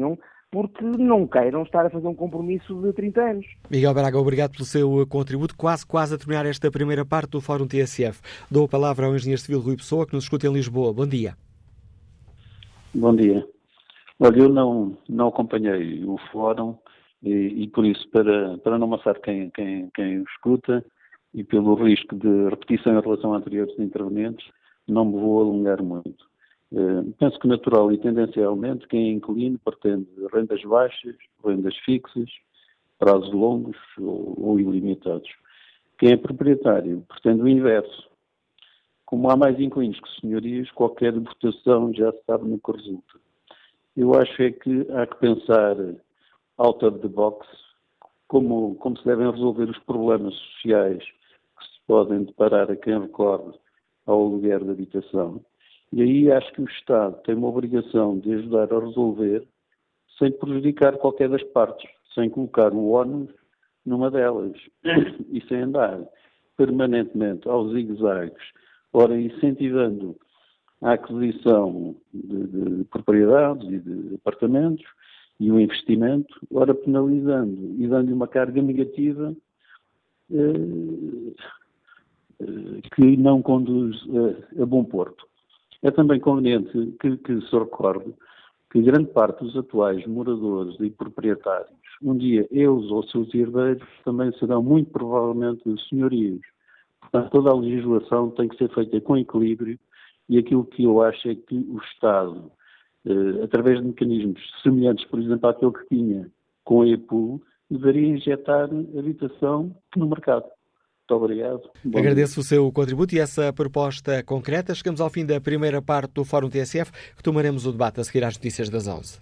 porque não queiram estar a fazer um compromisso de trinta anos. Miguel Braga, obrigado pelo seu contributo. Quase, quase a terminar esta primeira parte do Fórum T S F. Dou a palavra ao engenheiro civil Rui Pessoa, que nos escuta em Lisboa. Bom dia. Bom dia. Olha, eu não, não acompanhei o Fórum e, e por isso, para, para não amassar quem, quem, quem o escuta e pelo risco de repetição em relação a anteriores intervenientes, não me vou alongar muito. Uh, penso que natural e tendencialmente quem é inquilino pretende rendas baixas, rendas fixas, prazos longos ou, ou ilimitados. Quem é proprietário pretende o inverso. Como há mais inquilinos que senhorias, qualquer votação já se sabe no que resulta. Eu acho é que há que pensar out of the box como, como se devem resolver os problemas sociais que se podem deparar a quem recorre ao aluguer de habitação. E aí acho que o Estado tem uma obrigação de ajudar a resolver sem prejudicar qualquer das partes, sem colocar o ónus numa delas e sem andar permanentemente aos zigue-zagues, ora incentivando a aquisição de, de propriedades e de apartamentos e o investimento, ora penalizando e dando uma carga negativa eh, eh, que não conduz a, a bom porto. É também conveniente que, que se recorde que grande parte dos atuais moradores e proprietários, um dia eles ou seus herdeiros também serão muito provavelmente senhorios. Portanto, toda a legislação tem que ser feita com equilíbrio e aquilo que eu acho é que o Estado, eh, através de mecanismos semelhantes, por exemplo, àquele que tinha com a E P U, deveria injetar habitação no mercado. Muito obrigado. Bom Agradeço dia. o seu contributo e essa proposta concreta. Chegamos ao fim da primeira parte do Fórum T S F. Retomaremos o debate a seguir às notícias das onze.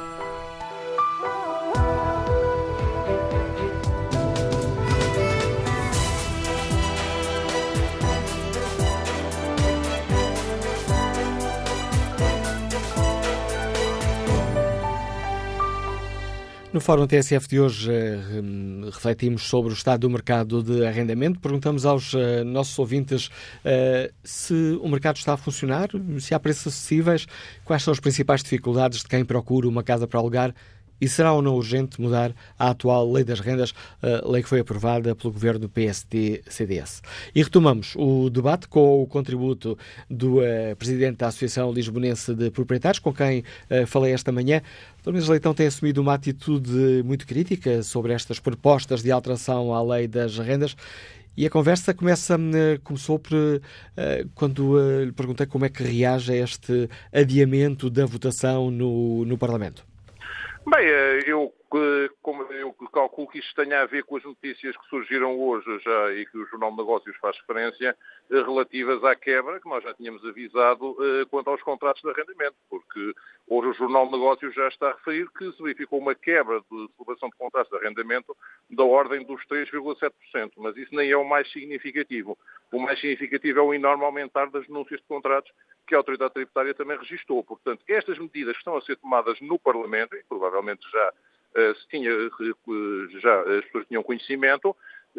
No Fórum T S F de hoje uh, refletimos sobre o estado do mercado de arrendamento. Perguntamos aos uh, nossos ouvintes uh, se o mercado está a funcionar, se há preços acessíveis, quais são as principais dificuldades de quem procura uma casa para alugar e será ou não urgente mudar a atual Lei das Rendas, a lei que foi aprovada pelo governo do P S D C D S. E retomamos o debate com o contributo do uh, presidente da Associação Lisbonense de Proprietários, com quem uh, falei esta manhã. O doutor Mendes Leitão tem assumido uma atitude muito crítica sobre estas propostas de alteração à Lei das Rendas. E a conversa começa, começou por uh, quando uh, lhe perguntei como é que reage a este adiamento da votação no, no Parlamento. Bem, eu, como eu calculo que isto tenha a ver com as notícias que surgiram hoje já e que o Jornal de Negócios faz referência, relativas à quebra, que nós já tínhamos avisado quanto aos contratos de arrendamento, porque hoje o Jornal de Negócios já está a referir que se verificou uma quebra de celebração de contratos de arrendamento da ordem dos três vírgula sete por cento, mas isso nem é o mais significativo. O mais significativo é o enorme aumentar das denúncias de contratos que a Autoridade Tributária também registou. Portanto, estas medidas que estão a ser tomadas no Parlamento, e provavelmente já uh, se tinha, uh, já as pessoas tinham conhecimento, uh,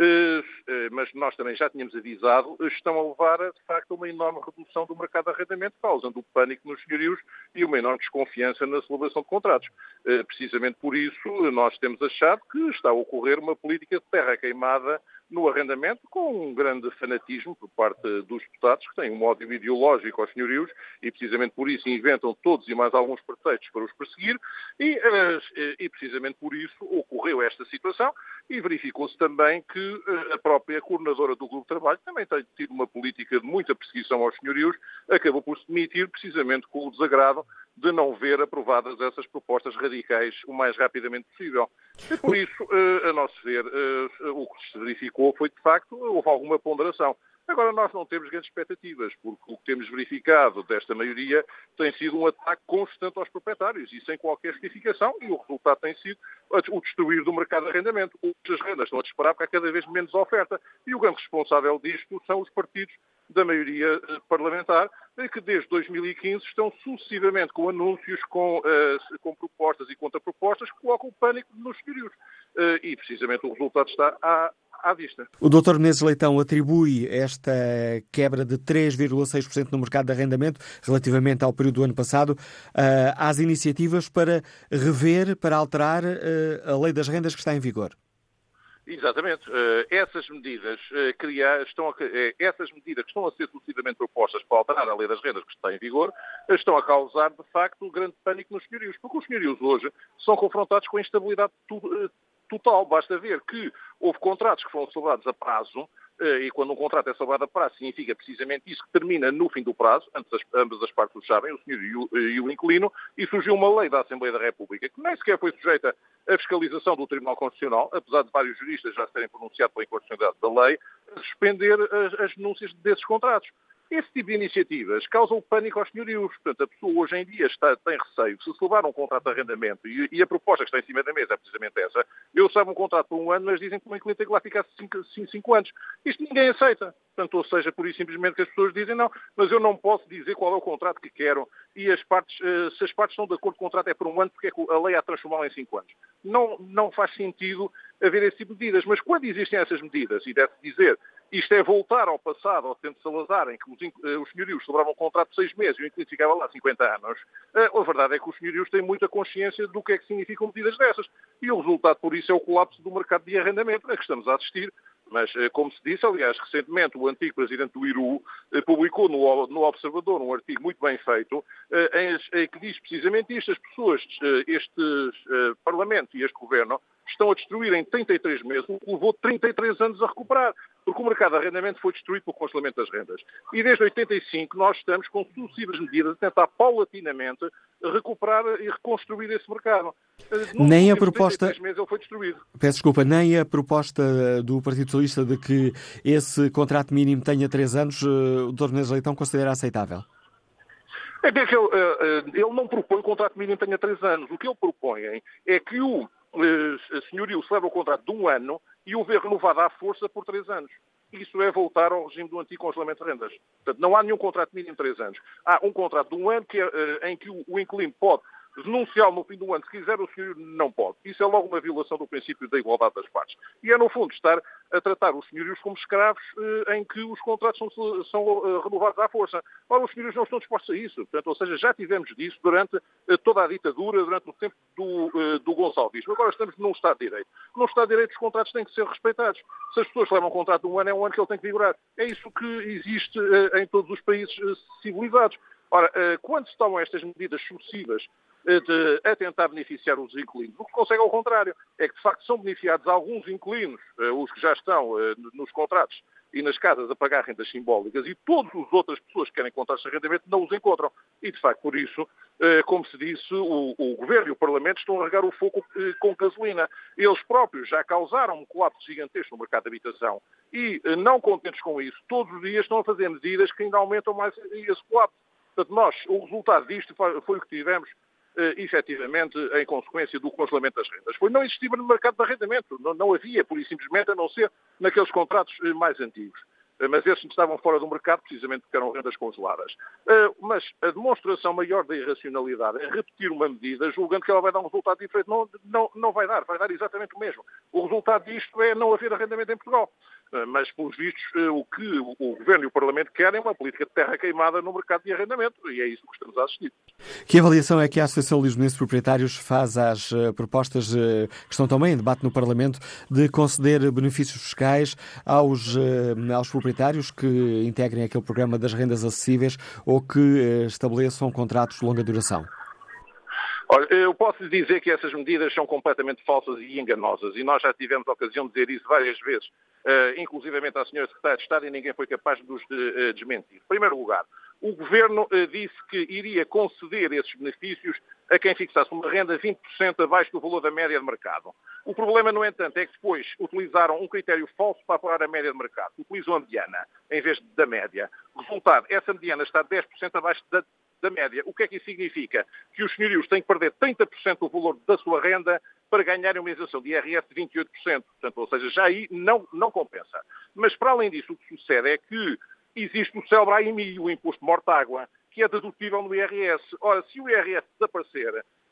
uh, mas nós também já tínhamos avisado, estão a levar, de facto, a uma enorme redução do mercado de arrendamento, causando o pânico nos senhorios e uma enorme desconfiança na celebração de contratos. Uh, precisamente por isso, nós temos achado que está a ocorrer uma política de terra queimada no arrendamento, com um grande fanatismo por parte dos deputados, que têm um ódio ideológico aos senhorios e precisamente por isso inventam todos e mais alguns pretextos para os perseguir e, e precisamente por isso ocorreu esta situação e verificou-se também que a própria coordenadora do Grupo de Trabalho também tem tido uma política de muita perseguição aos senhorios, acabou por se demitir precisamente com o desagrado de não ver aprovadas essas propostas radicais o mais rapidamente possível. E por isso, a nosso ver, o que se verificou foi, de facto, houve alguma ponderação. Agora, nós não temos grandes expectativas, porque o que temos verificado desta maioria tem sido um ataque constante aos proprietários e sem qualquer justificação, e o resultado tem sido o destruir do mercado de arrendamento. As rendas estão a disparar porque há cada vez menos oferta, e o grande responsável disto são os partidos da maioria parlamentar, que desde dois mil e quinze estão sucessivamente com anúncios, com, uh, com propostas e contrapropostas que colocam o pânico nos senhorios. Uh, e precisamente o resultado está à, à vista. O doutor Menezes Leitão atribui esta quebra de três vírgula seis por cento no mercado de arrendamento, relativamente ao período do ano passado, às iniciativas para rever, para alterar a lei das rendas que está em vigor. Exatamente. Uh, essas medidas uh, criar, estão a, uh, essas medidas que estão a ser sucessivamente propostas para alterar a lei das rendas que está em vigor, uh, estão a causar, de facto, um grande pânico nos senhorios, porque os senhorios hoje são confrontados com a instabilidade tu, uh, total. Basta ver que houve contratos que foram celebrados a prazo, uh, e quando um contrato é celebrado a prazo, significa precisamente isso, que termina no fim do prazo, antes as, ambas as partes o sabem, o senhor e o, uh, e o inquilino, e surgiu uma lei da Assembleia da República, que nem sequer foi sujeita a fiscalização do Tribunal Constitucional, apesar de vários juristas já terem pronunciado pela inconstitucionalidade da lei, a suspender as, as denúncias desses contratos. Esse tipo de iniciativas causam pânico aos senhorios. Portanto, a pessoa hoje em dia está, tem receio. Se celebrar um contrato de arrendamento, e, e a proposta que está em cima da mesa é precisamente essa, eu sabe um contrato por um ano, mas dizem que o cliente tem que lá ficar cinco anos. Isto ninguém aceita. Portanto, ou seja, por isso simplesmente que as pessoas dizem não, mas eu não posso dizer qual é o contrato que quero, e as partes, se as partes estão de acordo com o contrato é por um ano, porque é que a lei a transformá-la em cinco anos. Não, não faz sentido haver esse tipo de medidas. Mas quando existem essas medidas, e deve-se dizer, isto é voltar ao passado, ao tempo de Salazar, em que os, os senhorios celebravam um contrato de seis meses e o inquilino ficava lá cinquenta anos, a verdade é que os senhorios têm muita consciência do que é que significam medidas dessas. E o resultado por isso é o colapso do mercado de arrendamento a que estamos a assistir. Mas, como se disse, aliás, recentemente o antigo presidente do I R U publicou no, no Observador um artigo muito bem feito em, em que diz precisamente isto: as pessoas, este Parlamento e este Governo estão a destruir em trinta e três meses o que levou trinta e três anos a recuperar, porque o mercado de arrendamento foi destruído pelo congelamento das rendas. E desde oitenta e cinco nós estamos com sucessivas medidas a tentar paulatinamente recuperar e reconstruir esse mercado. Nem a proposta... trinta e três meses ele foi destruído. Peço desculpa, nem a proposta do Partido Socialista de que esse contrato mínimo tenha três anos, o doutor Menezes Leitão considera aceitável? É que ele, ele não propõe que o contrato mínimo tenha três anos. O que ele propõe é que o senhorio celebra o contrato de um ano e o vê renovado à força por três anos. Isso é voltar ao regime do antigo congelamento de rendas. Portanto, não há nenhum contrato mínimo de três anos. Há um contrato de um ano que é, em que o, o inquilino pode denunciá-lo no fim do ano. Se quiser, o senhorio não pode. Isso é logo uma violação do princípio da igualdade das partes. E é, no fundo, estar a tratar os senhorios como escravos eh, em que os contratos são, são uh, renovados à força. Ora, os senhorios não estão dispostos a isso. Portanto, ou seja, já tivemos disso durante uh, toda a ditadura, durante o tempo do, uh, do Gonçalvismo. Agora estamos num Estado de Direito. Num Estado de Direito, os contratos têm que ser respeitados. Se as pessoas levam um contrato de um ano, é um ano que ele tem que vigorar. É isso que existe uh, em todos os países uh, civilizados. Ora, uh, quando se tomam estas medidas sucessivas De, a tentar beneficiar os inquilinos. O que consegue ao contrário é que, de facto, são beneficiados alguns inquilinos, os que já estão nos contratos e nas casas a pagar rendas simbólicas, e todas as outras pessoas que querem contratos de arrendamento não os encontram. E, de facto, por isso, como se disse, o, o Governo e o Parlamento estão a regar o fogo com gasolina. Eles próprios já causaram um colapso gigantesco no mercado de habitação e, não contentes com isso, todos os dias estão a fazer medidas que ainda aumentam mais esse colapso. Portanto, nós, o resultado disto foi o que tivemos Uh, efetivamente, em consequência do congelamento das rendas. Foi não existia no mercado de arrendamento, não, não havia, por isso simplesmente, a não ser naqueles contratos uh, mais antigos. Uh, mas esses estavam fora do mercado, precisamente porque eram rendas congeladas. Uh, mas a demonstração maior da irracionalidade é repetir uma medida, julgando que ela vai dar um resultado diferente. Não, não, não vai dar, vai dar exatamente o mesmo. O resultado disto é não haver arrendamento em Portugal. Mas, pelos vistos, o que o Governo e o Parlamento querem é uma política de terra queimada no mercado de arrendamento, e é isso que estamos a assistir. Que avaliação é que a Associação Lisbonense de Proprietários faz às propostas que estão também em debate no Parlamento de conceder benefícios fiscais aos, aos proprietários que integrem aquele programa das rendas acessíveis ou que estabeleçam contratos de longa duração? Olha, eu posso lhe dizer que essas medidas são completamente falsas e enganosas, e nós já tivemos a ocasião de dizer isso várias vezes, uh, inclusivamente à senhora Secretária de Estado, e ninguém foi capaz de nos uh, desmentir. Em primeiro lugar, o Governo uh, disse que iria conceder esses benefícios a quem fixasse uma renda vinte por cento abaixo do valor da média de mercado. O problema, no entanto, é que depois utilizaram um critério falso para apurar a média de mercado. Utilizam a mediana, em vez da média. Resultado, essa mediana está dez por cento abaixo da da média. O que é que isso significa? Que os senhorios têm que perder trinta por cento do valor da sua renda para ganharem uma isenção de I R S de vinte e oito por cento. Portanto, ou seja, já aí não, não compensa. Mas, para além disso, o que sucede é que existe o célebre A I M I, o Imposto de Morte-Água, que é dedutível no I R S. Ora, se o I R S desaparecer,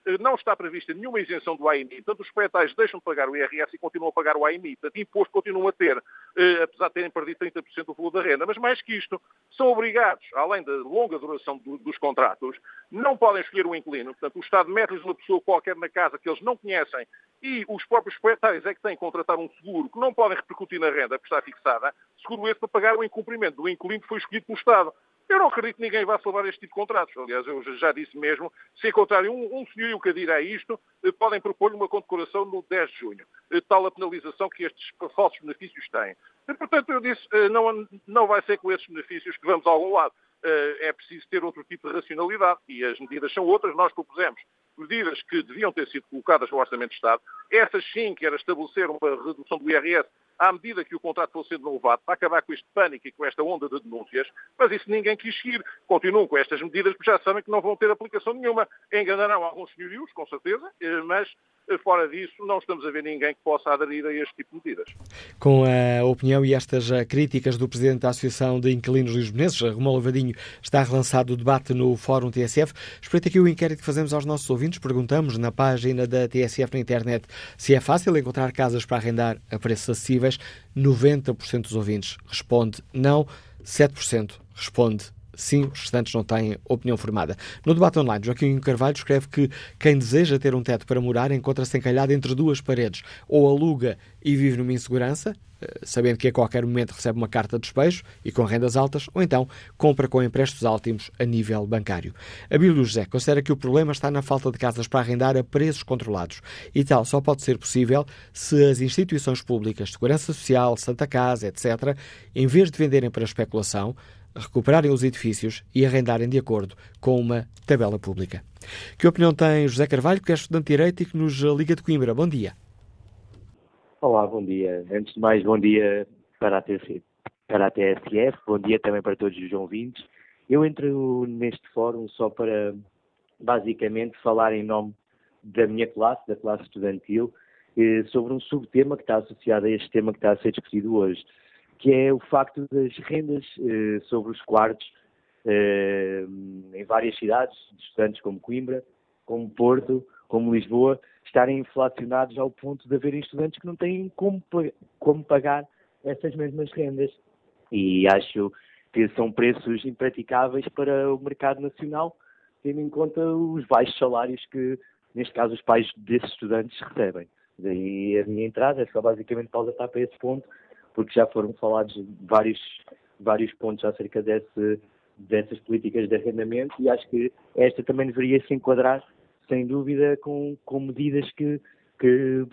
não está prevista nenhuma isenção do A I M I, portanto os proprietários deixam de pagar o I R S e continuam a pagar o A I M I, portanto imposto continuam a ter, eh, apesar de terem perdido trinta por cento do valor da renda, mas mais que isto, são obrigados, além da longa duração do, dos contratos, não podem escolher um inquilino, portanto o Estado mete-lhes uma pessoa qualquer na casa que eles não conhecem e os próprios proprietários é que têm que contratar um seguro que não podem repercutir na renda, porque está fixada, seguro esse para pagar o incumprimento do inquilino que foi escolhido pelo Estado. Eu não acredito que ninguém vá salvar este tipo de contratos. Aliás, eu já disse mesmo, se encontrarem um, um senhorio que adira a isto, eh, podem propor-lhe uma condecoração no dez de junho. Eh, tal a penalização que estes falsos benefícios têm. E, portanto, eu disse, eh, não, não vai ser com esses benefícios que vamos a algum lado. Eh, é preciso ter outro tipo de racionalidade e as medidas são outras. Nós propusemos medidas que deviam ter sido colocadas no Orçamento de Estado. Essas sim, que era estabelecer uma redução do I R S à medida que o contrato fosse sendo renovado, para acabar com este pânico e com esta onda de denúncias, mas isso ninguém quis seguir. Continuam com estas medidas, porque já sabem que não vão ter aplicação nenhuma. Enganarão alguns senhorios, com certeza, mas fora disso não estamos a ver ninguém que possa aderir a este tipo de medidas. Com a opinião e estas críticas do Presidente da Associação de Inquilinos Lisbonenses, Romualdo Vadinho, está relançado o debate no Fórum T S F. Espreita aqui o inquérito que fazemos aos nossos ouvintes. Perguntamos na página da T S F na internet se é fácil encontrar casas para arrendar a preços acessíveis. noventa por cento dos ouvintes responde não, sete por cento responde sim, os restantes não têm opinião formada. No debate online, Joaquim Carvalho escreve que quem deseja ter um teto para morar encontra-se encalhado entre duas paredes. Ou aluga e vive numa insegurança, sabendo que a qualquer momento recebe uma carta de despejo e com rendas altas, ou então compra com empréstimos altos a nível bancário. Abílio José considera que o problema está na falta de casas para arrendar a preços controlados. E tal só pode ser possível se as instituições públicas, Segurança Social, Santa Casa, etcétera, em vez de venderem para especulação, recuperarem os edifícios e arrendarem de acordo com uma tabela pública. Que opinião tem José Carvalho, que é estudante de Direito e que nos liga de Coimbra? Bom dia. Olá, bom dia. Antes de mais, bom dia para a T S F, para a T S F, bom dia também para todos os ouvintes. Eu entro neste fórum só para, basicamente, falar em nome da minha classe, da classe estudantil, sobre um subtema que está associado a este tema que está a ser discutido hoje, que é o facto das rendas eh, sobre os quartos eh, em várias cidades, de estudantes como Coimbra, como Porto, como Lisboa, estarem inflacionados ao ponto de haverem estudantes que não têm como, como pagar essas mesmas rendas. E acho que são preços impraticáveis para o mercado nacional, tendo em conta os baixos salários que, neste caso, os pais desses estudantes recebem. Daí a minha entrada é só basicamente para alertar para esse ponto, porque já foram falados vários, vários pontos acerca desse, dessas políticas de arrendamento e acho que esta também deveria se enquadrar, sem dúvida, com, com medidas que, que,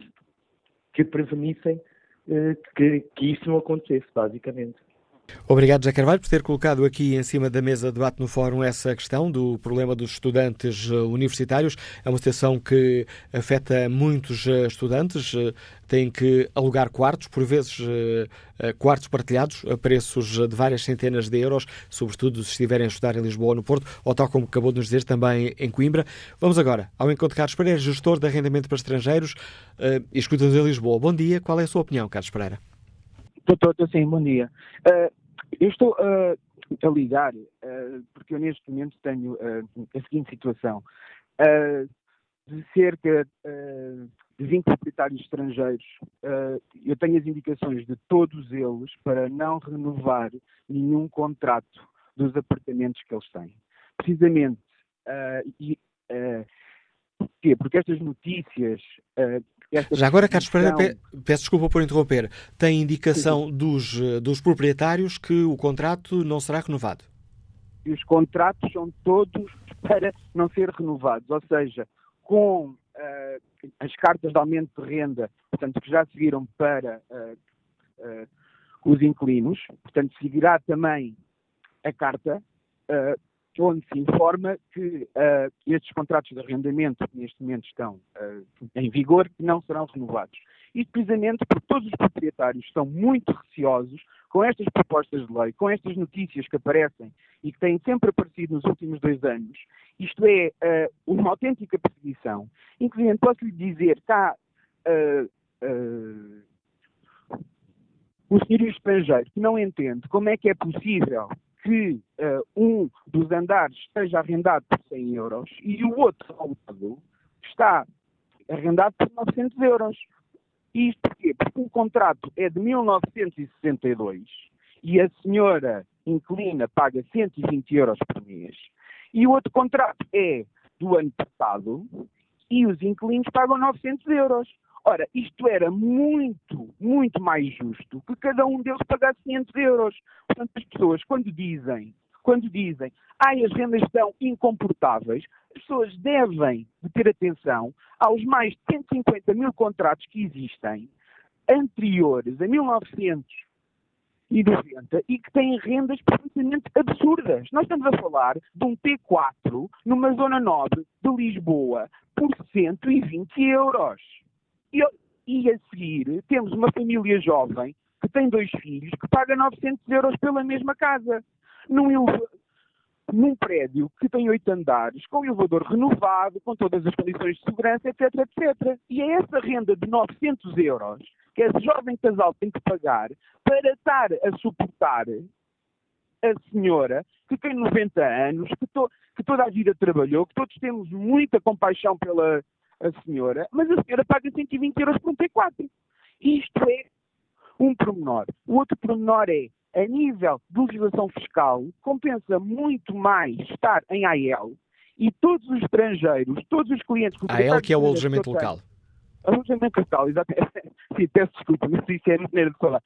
que prevenissem eh, que, que isso não acontecesse, basicamente. Obrigado, José Carvalho, por ter colocado aqui em cima da mesa de debate no Fórum essa questão do problema dos estudantes universitários. É uma situação que afeta muitos estudantes, têm que alugar quartos, por vezes quartos partilhados, a preços de várias centenas de euros, sobretudo se estiverem a estudar em Lisboa ou no Porto, ou tal como acabou de nos dizer, também em Coimbra. Vamos agora ao encontro de Carlos Pereira, gestor de arrendamento para estrangeiros e escuta-nos em Lisboa. Bom dia, qual é a sua opinião, Carlos Pereira? Estou, estou, sim, bom dia. Uh, eu estou uh, a ligar, uh, porque eu neste momento tenho uh, a seguinte situação. Uh, de cerca uh, de vinte proprietários estrangeiros, uh, eu tenho as indicações de todos eles para não renovar nenhum contrato dos apartamentos que eles têm. Precisamente, uh, e, uh, porquê? Porque estas notícias... Uh, Já agora, Carlos Pereira, peço desculpa por interromper, tem indicação dos, dos proprietários que o contrato não será renovado? E os contratos são todos para não ser renovados, ou seja, com uh, as cartas de aumento de renda, portanto, que já seguiram para uh, uh, os inquilinos, portanto, seguirá também a carta, uh, onde se informa que uh, estes contratos de arrendamento que neste momento estão uh, em vigor que não serão renovados. E precisamente porque todos os proprietários estão muito receosos com estas propostas de lei, com estas notícias que aparecem e que têm sempre aparecido nos últimos dois anos. Isto é uh, uma autêntica perseguição. Inclusive, posso-lhe dizer que há uh, uh, um senhorio estrangeiro que não entende como é que é possível que uh, um dos andares esteja arrendado por cem euros e o outro ao lado está arrendado por novecentos euros. E isto porquê? Porque o contrato é de mil novecentos e sessenta e dois e a senhora inquilina paga cento e vinte euros por mês. E o outro contrato é do ano passado e os inquilinos pagam novecentos euros. Ora, isto era muito, muito mais justo que cada um deles pagasse quinhentos euros. Portanto, as pessoas, quando dizem, quando dizem, ai, as rendas estão incomportáveis, as pessoas devem de ter atenção aos mais de cento e cinquenta mil contratos que existem, anteriores a mil novecentos e noventa, e que têm rendas perfeitamente absurdas. Nós estamos a falar de um T quatro numa zona nobre de Lisboa por cento e vinte euros. E, e a seguir temos uma família jovem que tem dois filhos que paga novecentos euros pela mesma casa. Num, eleva... num prédio que tem oito andares, com elevador renovado, com todas as condições de segurança, etc, etcétera. E é essa renda de novecentos euros que esse jovem casal tem que pagar para estar a suportar a senhora que tem noventa anos, que, to... que toda a vida trabalhou, que todos temos muita compaixão pela a senhora, mas a senhora paga cento e vinte euros por um T quatro. Isto é um pormenor. O outro pormenor é, a nível de legislação fiscal, compensa muito mais estar em A L e todos os estrangeiros, todos os clientes... A L que é o alojamento local. Alojamento local, exatamente. Sim, peço desculpa, mas isso é a maneira de falar.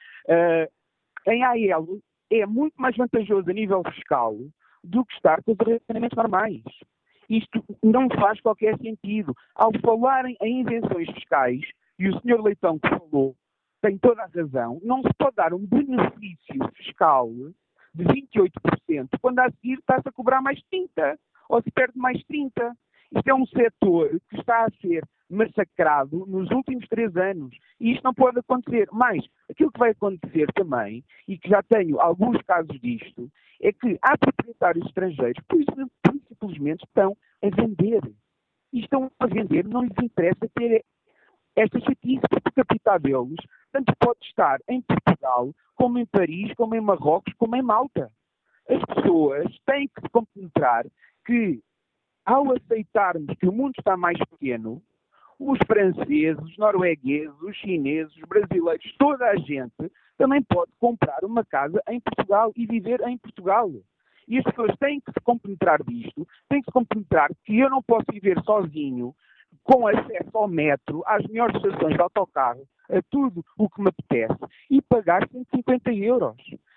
Uh, em A L é muito mais vantajoso a nível fiscal do que estar com os arrendamentos normais. Isto não faz qualquer sentido. Ao falarem em isenções fiscais, e o senhor Leitão que falou tem toda a razão, não se pode dar um benefício fiscal de vinte e oito por cento quando a seguir está-se a cobrar mais trinta por cento, ou se perde mais trinta por cento. Isto é um setor que está a ser massacrado nos últimos três anos. E isto não pode acontecer. Mas aquilo que vai acontecer também, e que já tenho alguns casos disto, é que há proprietários estrangeiros que simplesmente estão a vender. E estão a vender, não lhes interessa ter esta chatice, porque o capital deles tanto pode estar em Portugal, como em Paris, como em Marrocos, como em Malta. As pessoas têm que se compenetrar que, ao aceitarmos que o mundo está mais pequeno, os franceses, os noruegueses, os chineses, os brasileiros, toda a gente também pode comprar uma casa em Portugal e viver em Portugal. E as pessoas têm que se compenetrar disto, têm que se compenetrar que eu não posso viver sozinho, com acesso ao metro, às melhores estações de autocarro, a tudo o que me apetece, e pagar cento e cinquenta euros.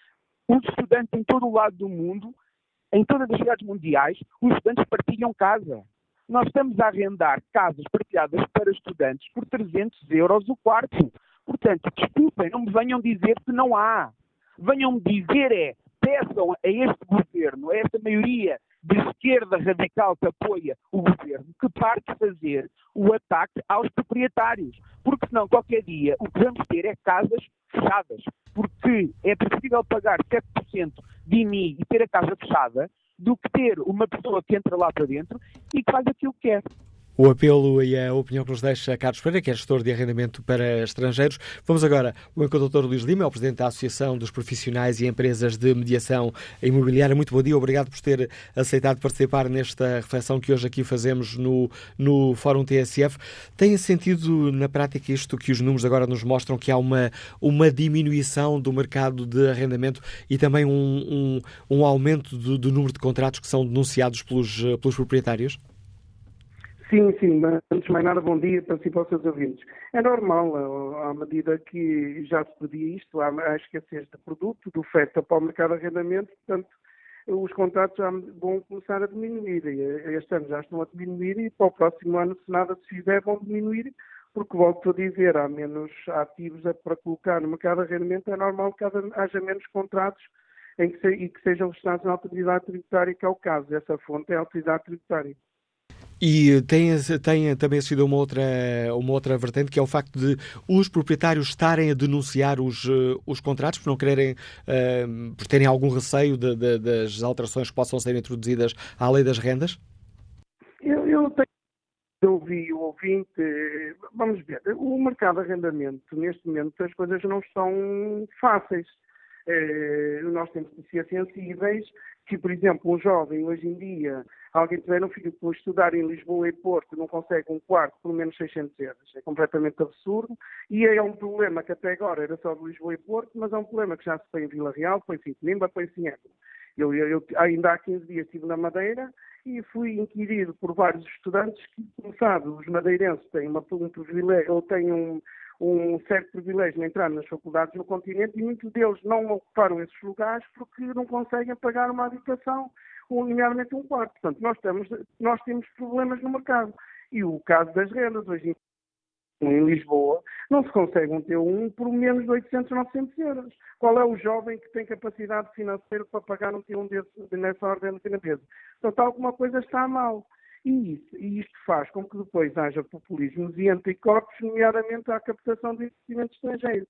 Os estudantes em todo o lado do mundo, em todas as cidades mundiais, os estudantes partilham casa. Nós estamos a arrendar casas partilhadas para estudantes por trezentos euros o quarto. Portanto, desculpem, não me venham dizer que não há. Venham-me dizer é, peçam a este governo, a esta maioria de esquerda radical que apoia o governo, que pare de fazer o ataque aos proprietários. Porque senão, qualquer dia, o que vamos ter é casas fechadas. Porque é preferível pagar sete por cento de I M I e ter a casa fechada do que ter uma pessoa que entra lá para dentro e que faz aquilo que quer. O apelo e a opinião que nos deixa Carlos Pereira, que é gestor de arrendamento para estrangeiros. Vamos agora ao doutor Luís Lima, é o presidente da Associação dos Profissionais e Empresas de Mediação Imobiliária. Muito bom dia, obrigado por ter aceitado participar nesta reflexão que hoje aqui fazemos no, no Fórum T S F. Tem sentido na prática isto que os números agora nos mostram, que há uma, uma diminuição do mercado de arrendamento e também um, um, um aumento do, do número de contratos que são denunciados pelos, pelos proprietários? Sim, sim, mas antes de mais nada, bom dia para si e para os seus ouvintes. É normal, à medida que já se pedia isto, há escassez de produto, de oferta para o mercado de arrendamento, portanto, os contratos já vão começar a diminuir. Este ano já estão a diminuir e para o próximo ano, se nada se fizer, vão diminuir, porque, volto a dizer, há menos ativos para colocar no mercado de arrendamento, é normal que haja menos contratos em que se, e que sejam registrados na autoridade tributária, que é o caso. Essa fonte é a autoridade tributária. E tem, tem também sido uma outra, uma outra vertente, que é o facto de os proprietários estarem a denunciar os, os contratos, por não quererem, uh, por terem algum receio de, de, das alterações que possam ser introduzidas à lei das rendas? Eu, eu tenho eu ouvi o ouvinte, vamos ver, o mercado de arrendamento, neste momento, as coisas não estão fáceis. Eh, nós temos que ser sensíveis que, por exemplo, um jovem hoje em dia, alguém tiver um filho que estudar em Lisboa e Porto, não consegue um quarto por menos seiscentos euros. É completamente absurdo e é um problema que até agora era só de Lisboa e Porto, mas é um problema que já se foi em Vila Real, foi-se em Coimbra, foi-se em Évora. Eu, eu, eu ainda há quinze dias estive na Madeira e fui inquirido por vários estudantes que, como sabe, os madeirenses têm uma, um privilégio, ou têm um, um certo privilégio de entrar nas faculdades no continente e muitos deles não ocuparam esses lugares porque não conseguem pagar uma habitação, ou nomeadamente um quarto. Portanto, nós, estamos, nós temos problemas no mercado. E o caso das rendas, hoje em Lisboa, não se consegue um T um por menos de oitocentos, novecentos euros. Qual é o jovem que tem capacidade financeira para pagar um T um desse, nessa ordem de grandeza? Portanto, alguma coisa está mal. E, isso, e isto faz com que depois haja populismos e anticorpos, nomeadamente à captação de investimento estrangeiro.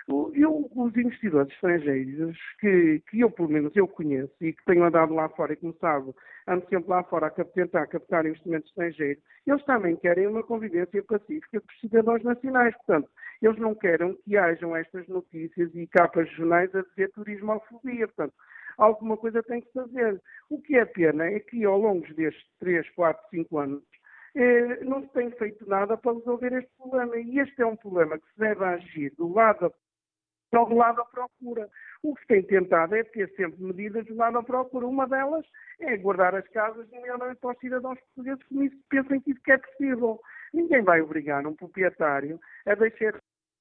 Eu, os investidores estrangeiros que, que eu, pelo menos, eu conheço e que tenho andado lá fora e, como sabe, ando sempre lá fora a tentar captar investimento estrangeiro, eles também querem uma convivência pacífica com os cidadãos nacionais. Portanto, eles não querem que hajam estas notícias e capas de jornais a dizer turismofobia. Portanto, alguma coisa tem que fazer. O que é pena é que, ao longo destes três, quatro, cinco anos, eh, não se tem feito nada para resolver este problema. E este é um problema que se deve agir do lado da, do lado da procura. O que se tem tentado é ter sempre medidas do lado da procura. Uma delas é guardar as casas, nomeadamente para os cidadãos portugueses, que pensam que isso é possível. Ninguém vai obrigar um proprietário a deixar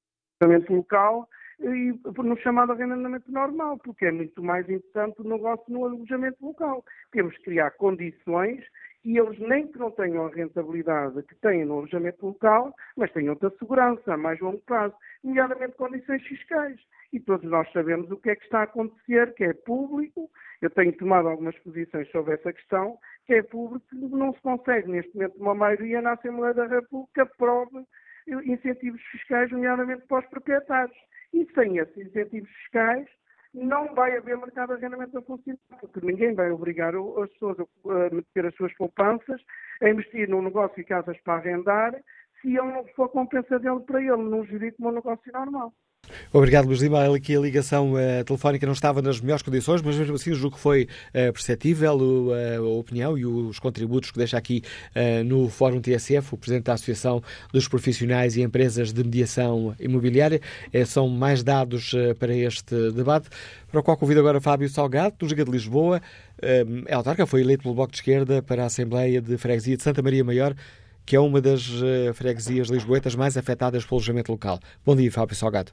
o arrendamento local e no chamado arrendamento normal, porque é muito mais interessante o negócio no alojamento local. Temos que criar condições e eles nem que não tenham a rentabilidade que têm no alojamento local, mas tenham outra segurança a mais longo prazo, nomeadamente condições fiscais. E todos nós sabemos o que é que está a acontecer, que é público. Eu tenho tomado algumas posições sobre essa questão, que é público, que não se consegue neste momento uma maioria na Assembleia da República que prove incentivos fiscais, nomeadamente para os proprietários. E sem esses incentivos fiscais, não vai haver mercado de arrendamento a funcionar, porque ninguém vai obrigar as pessoas a meter as suas poupanças, a investir num negócio de casas para arrendar, se ele não for compensador para ele, não gerir como um negócio normal. Obrigado, Luís Lima. Aqui a ligação uh, telefónica não estava nas melhores condições, mas mesmo assim julgo que foi uh, perceptível uh, a opinião e os contributos que deixa aqui uh, no Fórum T S F, o Presidente da Associação dos Profissionais e Empresas de Mediação Imobiliária. Uh, são mais dados uh, para este debate, para o qual convido agora Fábio Salgado, do Giga de Lisboa. Uh, é autarca, foi eleito pelo Bloco de Esquerda para a Assembleia de Freguesia de Santa Maria Maior, que é uma das uh, freguesias lisboetas mais afetadas pelo alojamento local. Bom dia, Fábio Salgado.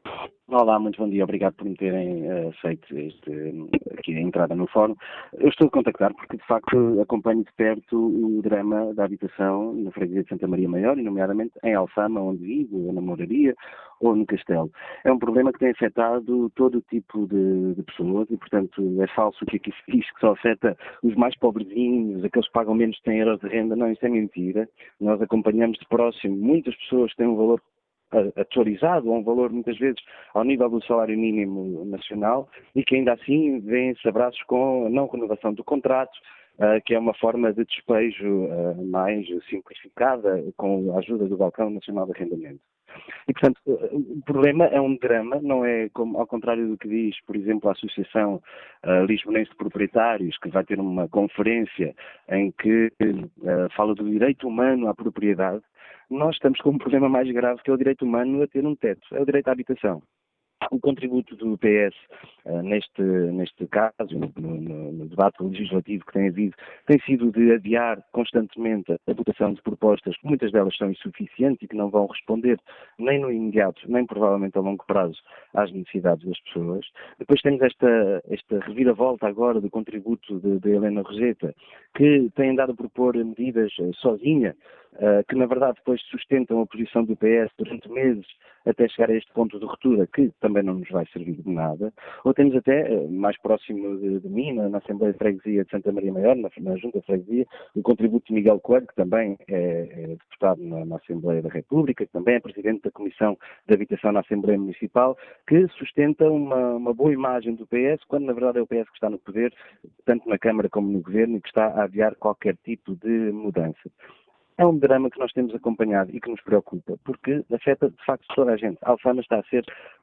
Olá, muito bom dia. Obrigado por me terem uh, feito este, aqui a entrada no fórum. Eu estou a contactar porque, de facto, acompanho de perto o drama da habitação na freguesia de Santa Maria Maior, e nomeadamente em Alfama, onde vivo, ou na Moraria, ou no Castelo. É um problema que tem afetado todo o tipo de, de pessoas e, portanto, é falso o que aqui se diz, que só afeta os mais pobrezinhos, aqueles que pagam menos de cem euros de renda. Não, isso é mentira. Nós acompanhamos de próximo muitas pessoas que têm um valor atualizado, a um valor muitas vezes ao nível do salário mínimo nacional, e que ainda assim vêm-se abraços com a não renovação do contrato, uh, que é uma forma de despejo uh, mais simplificada, com a ajuda do Balcão Nacional de Arrendamento. E, portanto, o problema é um drama, não é como, ao contrário do que diz, por exemplo, a Associação uh, Lisbonense de Proprietários, que vai ter uma conferência em que uh, fala do direito humano à propriedade. Nós estamos com um problema mais grave, que é o direito humano a ter um teto, é o direito à habitação. O contributo do P S uh, neste, neste caso, no, no, no debate legislativo que tem havido, tem sido de adiar constantemente a votação de propostas, que muitas delas são insuficientes e que não vão responder nem no imediato, nem provavelmente a longo prazo, às necessidades das pessoas. Depois temos esta, esta reviravolta agora do contributo de, de Helena Roseta, que tem andado a propor medidas uh, sozinha, uh, que na verdade depois sustentam a posição do P S durante meses, até chegar a este ponto de ruptura, que também não nos vai servir de nada. Ou temos até, mais próximo de, de mim, na, na Assembleia de Freguesia de Santa Maria Maior, na, na Junta de Freguesia, o contributo de Miguel Coelho, que também é, é deputado na, na Assembleia da República, que também é Presidente da Comissão de Habitação na Assembleia Municipal, que sustenta uma, uma boa imagem do P S, quando na verdade é o P S que está no poder, tanto na Câmara como no Governo, e que está a adiar qualquer tipo de mudança. É um drama que nós temos acompanhado e que nos preocupa, porque afeta de facto toda a gente. A Alfama está a ser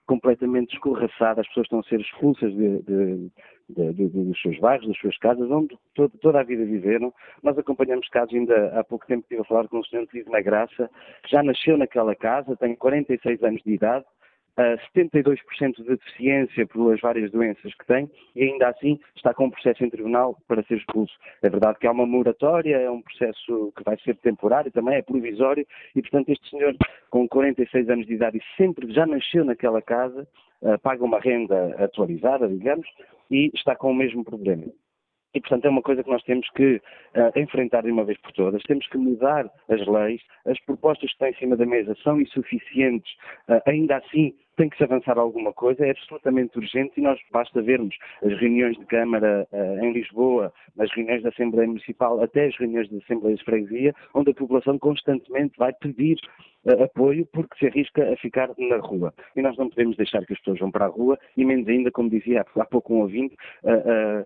completamente escorraçada, as pessoas estão a ser expulsas de, de, de, de, de, dos seus bairros, das suas casas, onde todo, toda a vida viveram. Nós acompanhamos casos, ainda há pouco tempo estive a falar com um senhor que vive na Graça, já nasceu naquela casa, tem quarenta e seis anos de idade, Uh, setenta e dois por cento de deficiência pelas várias doenças que tem e ainda assim está com um processo em tribunal para ser expulso. É verdade que há uma moratória, é um processo que vai ser temporário, também é provisório e, portanto, este senhor com quarenta e seis anos de idade e sempre já nasceu naquela casa, uh, paga uma renda atualizada, digamos, e está com o mesmo problema. E, portanto, é uma coisa que nós temos que uh, enfrentar de uma vez por todas. Temos que mudar as leis. As propostas que estão em cima da mesa são insuficientes. Uh, ainda assim, tem que se avançar alguma coisa. É absolutamente urgente e nós basta vermos as reuniões de Câmara uh, em Lisboa, as reuniões da Assembleia Municipal, até as reuniões da Assembleia de Freguesia, onde a população constantemente vai pedir uh, apoio porque se arrisca a ficar na rua. E nós não podemos deixar que as pessoas vão para a rua e menos ainda, como dizia há pouco um ouvinte, uh, uh,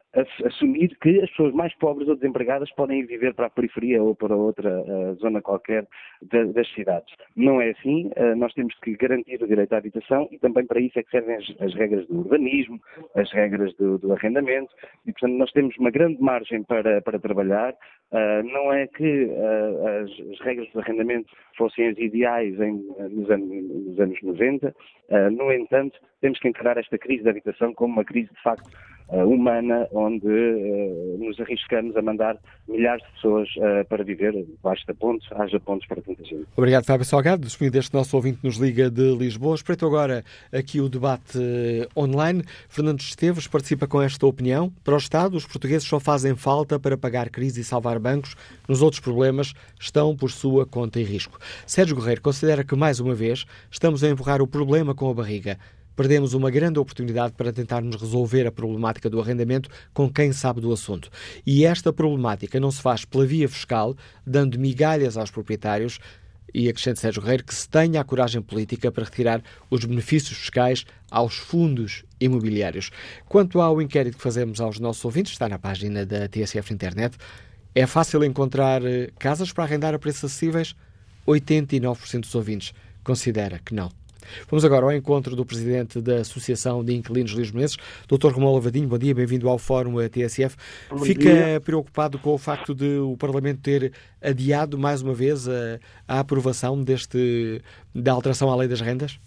assumir que as pessoas mais pobres ou desempregadas podem ir viver para a periferia ou para outra uh, zona qualquer de, das cidades. Não é assim, uh, nós temos que garantir o direito à habitação e também para isso é que servem as, as regras do urbanismo, as regras do, do arrendamento e, portanto, nós temos uma grande margem para, para trabalhar. Uh, não é que uh, as, as regras do arrendamento fossem as ideais em, nos, anos, nos anos noventa, uh, no entanto, temos que encarar esta crise da habitação como uma crise de facto Uh, humana, onde uh, nos arriscamos a mandar milhares de pessoas uh, para viver debaixo da ponte, haja pontes para tanta gente. Obrigado, Fábio Salgado. Despedido deste nosso ouvinte nos liga de Lisboa. Espreito agora aqui o debate uh, online. Fernando Esteves participa com esta opinião. Para o Estado, os portugueses só fazem falta para pagar crise e salvar bancos. Nos outros problemas estão por sua conta e risco. Sérgio Guerreiro considera que, mais uma vez, estamos a empurrar o problema com a barriga. Perdemos uma grande oportunidade para tentarmos resolver a problemática do arrendamento com quem sabe do assunto. E esta problemática não se faz pela via fiscal, dando migalhas aos proprietários, e acrescenta Sérgio Guerreiro que se tenha a coragem política para retirar os benefícios fiscais aos fundos imobiliários. Quanto ao inquérito que fazemos aos nossos ouvintes, está na página da T S F Internet, é fácil encontrar casas para arrendar a preços acessíveis? oitenta e nove por cento dos ouvintes considera que não. Vamos agora ao encontro do Presidente da Associação de Inquilinos Lisboneses, doutor Romualdo Lavadinho. Bom dia, bem-vindo ao Fórum T S F. Bom Fica dia. Preocupado com o facto de o Parlamento ter adiado mais uma vez a, a aprovação deste, da alteração à Lei das Rendas?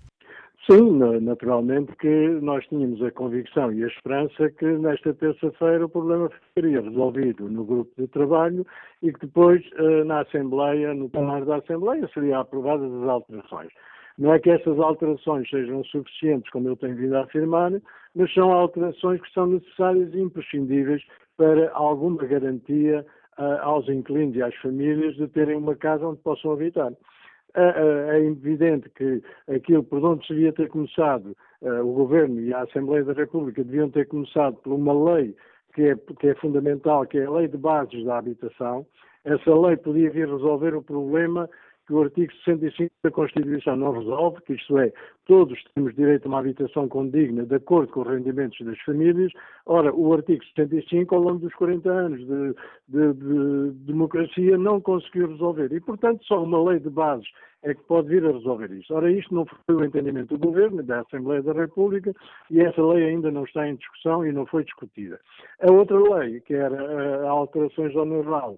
Sim, naturalmente que nós tínhamos a convicção e a esperança que nesta terça-feira o problema ficaria resolvido no grupo de trabalho e que depois na Assembleia, no plenário da Assembleia, seriam aprovadas as alterações. Não é que essas alterações sejam suficientes, como eu tenho vindo a afirmar, mas são alterações que são necessárias e imprescindíveis para alguma garantia uh, aos inquilinos e às famílias de terem uma casa onde possam habitar. É, é evidente que aquilo por onde se devia ter começado, uh, o Governo e a Assembleia da República deviam ter começado por uma lei que é, que é fundamental, que é a Lei de Bases da Habitação. Essa lei podia vir resolver o problema que o artigo sessenta e cinco da Constituição não resolve, que isto é, todos temos direito a uma habitação condigna de acordo com os rendimentos das famílias. Ora, o artigo setenta e cinco, ao longo dos quarenta anos de, de, de democracia, não conseguiu resolver. E, portanto, só uma lei de bases é que pode vir a resolver isto. Ora, isto não foi o entendimento do Governo, da Assembleia da República, e essa lei ainda não está em discussão e não foi discutida. A outra lei, que era a alterações ao normal,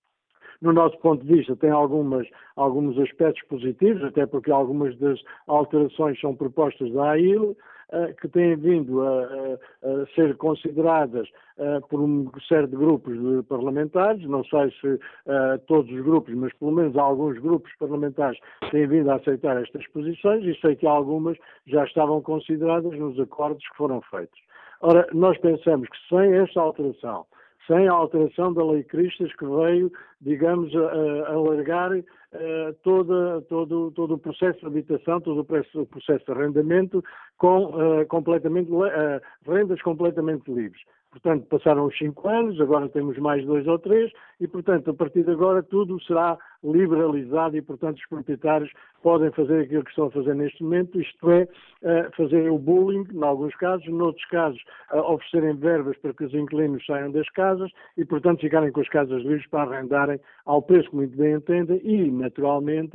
no nosso ponto de vista, tem algumas, alguns aspectos positivos, até porque algumas das alterações são propostas da A I L, uh, que têm vindo a, a, a ser consideradas uh, por um série de grupos de parlamentares. Não sei se uh, todos os grupos, mas pelo menos alguns grupos parlamentares têm vindo a aceitar estas posições e sei que algumas já estavam consideradas nos acordos que foram feitos. Ora, nós pensamos que sem esta alteração, sem a alteração da Lei Cristas, que veio, digamos, a, a alargar uh, toda, todo, todo o processo de habitação, todo o processo, o processo de arrendamento, com uh, completamente, uh, rendas completamente livres. Portanto, passaram os cinco anos, agora temos mais dois ou três, e, portanto, a partir de agora tudo será liberalizado e, portanto, os proprietários podem fazer aquilo que estão a fazer neste momento, isto é, uh, fazer o bullying, em alguns casos, noutros casos, uh, oferecerem verbas para que os inquilinos saiam das casas e, portanto, ficarem com as casas livres para arrendarem ao preço que muito bem entendem e, naturalmente, que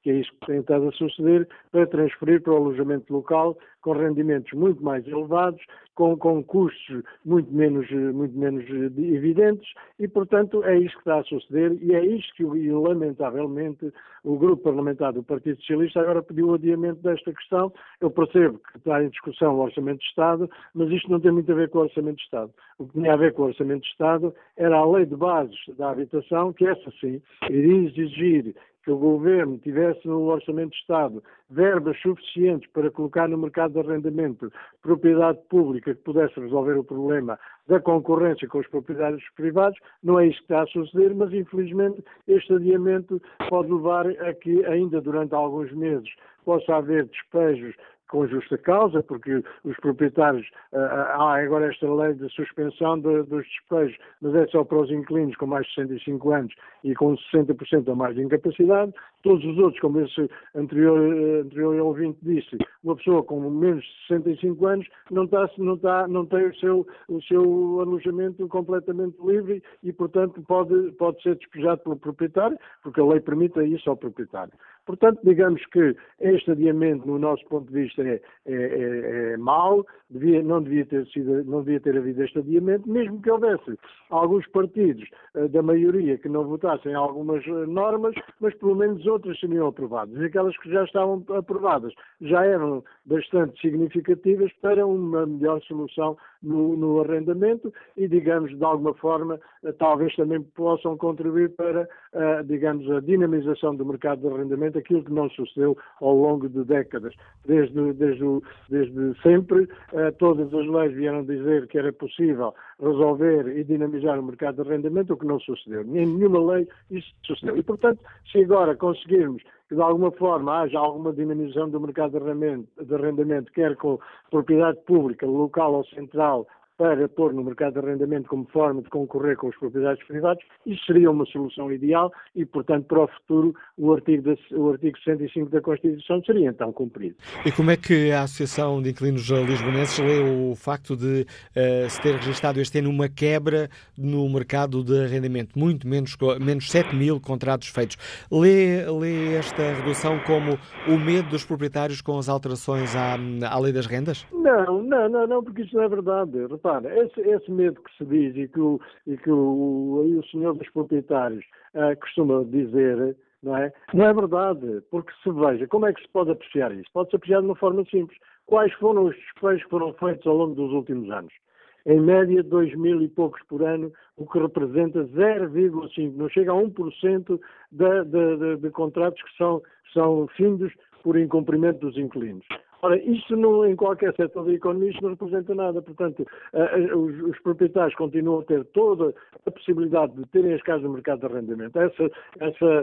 que é isso que tem estado a suceder, para transferir para o alojamento local com rendimentos muito mais elevados, com, com custos muito menos, muito menos evidentes e, portanto, é isto que está a suceder e é isto que, e, lamentavelmente, o grupo parlamentar do Partido Socialista agora pediu o adiamento desta questão. Eu percebo que está em discussão o Orçamento de Estado, mas isto não tem muito a ver com o Orçamento de Estado. O que tinha a ver com o Orçamento de Estado era a Lei de Bases da Habitação, que essa sim iria exigir que o Governo tivesse no Orçamento de Estado verbas suficientes para colocar no mercado de arrendamento propriedade pública que pudesse resolver o problema da concorrência com os proprietários privados. Não é isso que está a suceder, mas infelizmente este adiamento pode levar a que ainda durante alguns meses possa haver despejos com justa causa, porque os proprietários, há agora esta lei de suspensão de, dos despejos, mas é só para os inquilinos com mais de sessenta e cinco anos e com sessenta por cento ou mais de incapacidade. Todos os outros, como esse anterior, anterior ouvinte disse, uma pessoa com menos de sessenta e cinco anos não, está, não, está, não tem o seu, o seu alojamento completamente livre e, portanto, pode, pode ser despejado pelo proprietário, porque a lei permite isso ao proprietário. Portanto, digamos que este adiamento, no nosso ponto de vista, é, é, é, é mau, devia, não, devia ter sido, não devia ter havido este adiamento, mesmo que houvesse alguns partidos uh, da maioria que não votassem algumas uh, normas, mas pelo menos outras seriam aprovadas. E aquelas que já estavam aprovadas já eram bastante significativas para uma melhor solução no, no arrendamento e, digamos, de alguma forma, uh, talvez também possam contribuir para, uh, digamos, a dinamização do mercado de arrendamento, aquilo que não sucedeu ao longo de décadas. Desde, desde, desde sempre, uh, todas as leis vieram dizer que era possível resolver e dinamizar o mercado de arrendamento, o que não sucedeu. Em nenhuma lei isso sucedeu. E, portanto, se agora conseguirmos que de alguma forma haja alguma dinamização do mercado de arrendamento, de arrendamento quer com propriedade pública, local ou central, para pôr no mercado de arrendamento como forma de concorrer com os proprietários privados, isso seria uma solução ideal e, portanto, para o futuro, o artigo, da, o artigo sessenta e cinco da Constituição seria então cumprido. E como é que a Associação de Inquilinos Lisbonenses lê o facto de uh, se ter registado este ano uma quebra no mercado de arrendamento? Muito menos, menos sete mil contratos feitos. Lê, lê esta redução como o medo dos proprietários com as alterações à, à lei das rendas? Não, não, não, não, porque isso não é verdade. Repara, esse, esse medo que se diz e que o, e que o, e o senhor dos proprietários uh, costuma dizer, não é? Não é verdade, porque se veja, como é que se pode apreciar isso? Pode-se apreciar de uma forma simples. Quais foram os despejos que foram feitos ao longo dos últimos anos? Em média, dois mil e poucos por ano, o que representa zero vírgula cinco, não chega a um por cento de, de, de, de contratos que são, são findos por incumprimento dos inquilinos. Ora, isto não, em qualquer setor da economia, isto não representa nada. Portanto, uh, os, os proprietários continuam a ter toda a possibilidade de terem as casas no mercado de arrendamento. Essa, essa,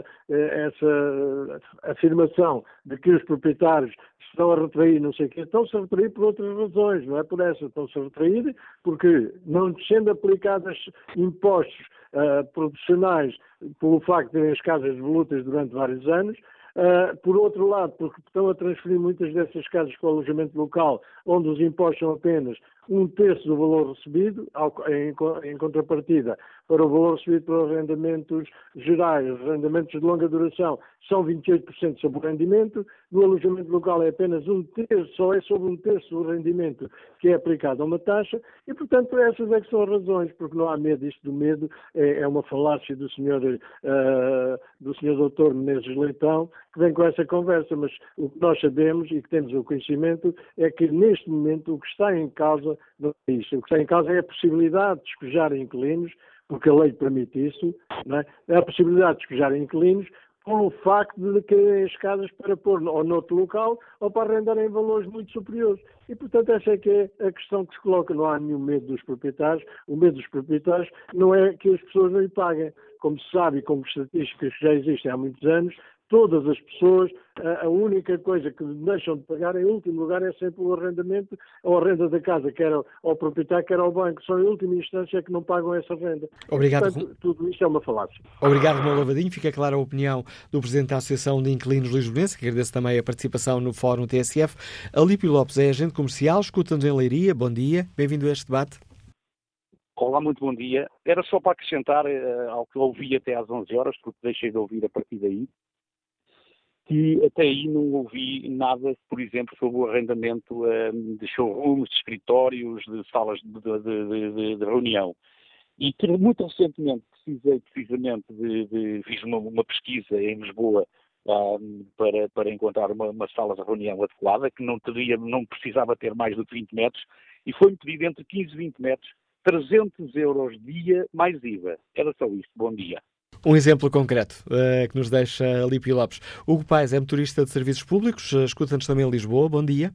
essa afirmação de que os proprietários estão a retrair, não sei o quê, estão-se a retrair por outras razões, não é por essa. Estão-se a retrair porque, não sendo aplicados impostos uh, profissionais pelo facto de terem as casas devolutas durante vários anos, Uh, por outro lado, porque estão a transferir muitas dessas casas para o alojamento local, onde os impostos são apenas um terço do valor recebido, ao, em, em contrapartida, para o valor recebido pelos arrendamentos gerais, os arrendamentos de longa duração, são vinte e oito por cento sobre o rendimento, no alojamento local é apenas um terço, só é sobre um terço do rendimento que é aplicado a uma taxa, e, portanto, essas é que são as razões, porque não há medo. Isto do medo é, é uma falácia do senhor, uh, do senhor doutor Menezes Leitão, que vem com essa conversa, mas o que nós sabemos e que temos o conhecimento é que, neste momento, o que está em causa não é isso. O que está em causa é a possibilidade de despejar inquilinos, porque a lei permite isso, não é? É a possibilidade de despejar inquilinos com o facto de caírem as casas para pôr ou noutro local ou para arrendarem valores muito superiores. E, portanto, essa é que é a questão que se coloca. Não há nenhum medo dos proprietários. O medo dos proprietários não é que as pessoas não lhe paguem. Como se sabe e como estatísticas que já existem há muitos anos, todas as pessoas, a única coisa que deixam de pagar, em último lugar, é sempre o arrendamento, ou a renda da casa, quer ao proprietário, quer ao banco. Só em última instância é que não pagam essa renda. Obrigado. Portanto, tudo isto é uma falácia. Obrigado, Romão Lavadinho. Fica clara a opinião do Presidente da Associação de Inquilinos Lisbonenses, que agradeço também a participação no Fórum T S F. Alípio Lopes é agente comercial, escuta-nos em Leiria. Bom dia, bem-vindo a este debate. Olá, muito bom dia. Era só para acrescentar uh, ao que eu ouvi até às onze horas, porque deixei de ouvir a partir daí. que até aí não ouvi nada, por exemplo, sobre o arrendamento um, de showrooms, de escritórios, de salas de, de, de, de, de reunião. E que muito recentemente precisei precisamente de, de fiz uma, uma pesquisa em Lisboa um, para, para encontrar uma, uma sala de reunião adequada, que não teria, não precisava ter mais do que vinte metros, e foi-me pedido entre quinze e vinte metros, trezentos euros dia mais I V A. Era só isto. Bom dia. Um exemplo concreto uh, que nos deixa Lípio Lopes. Hugo Paes é motorista de serviços públicos, uh, escuta-nos também em Lisboa. Bom dia.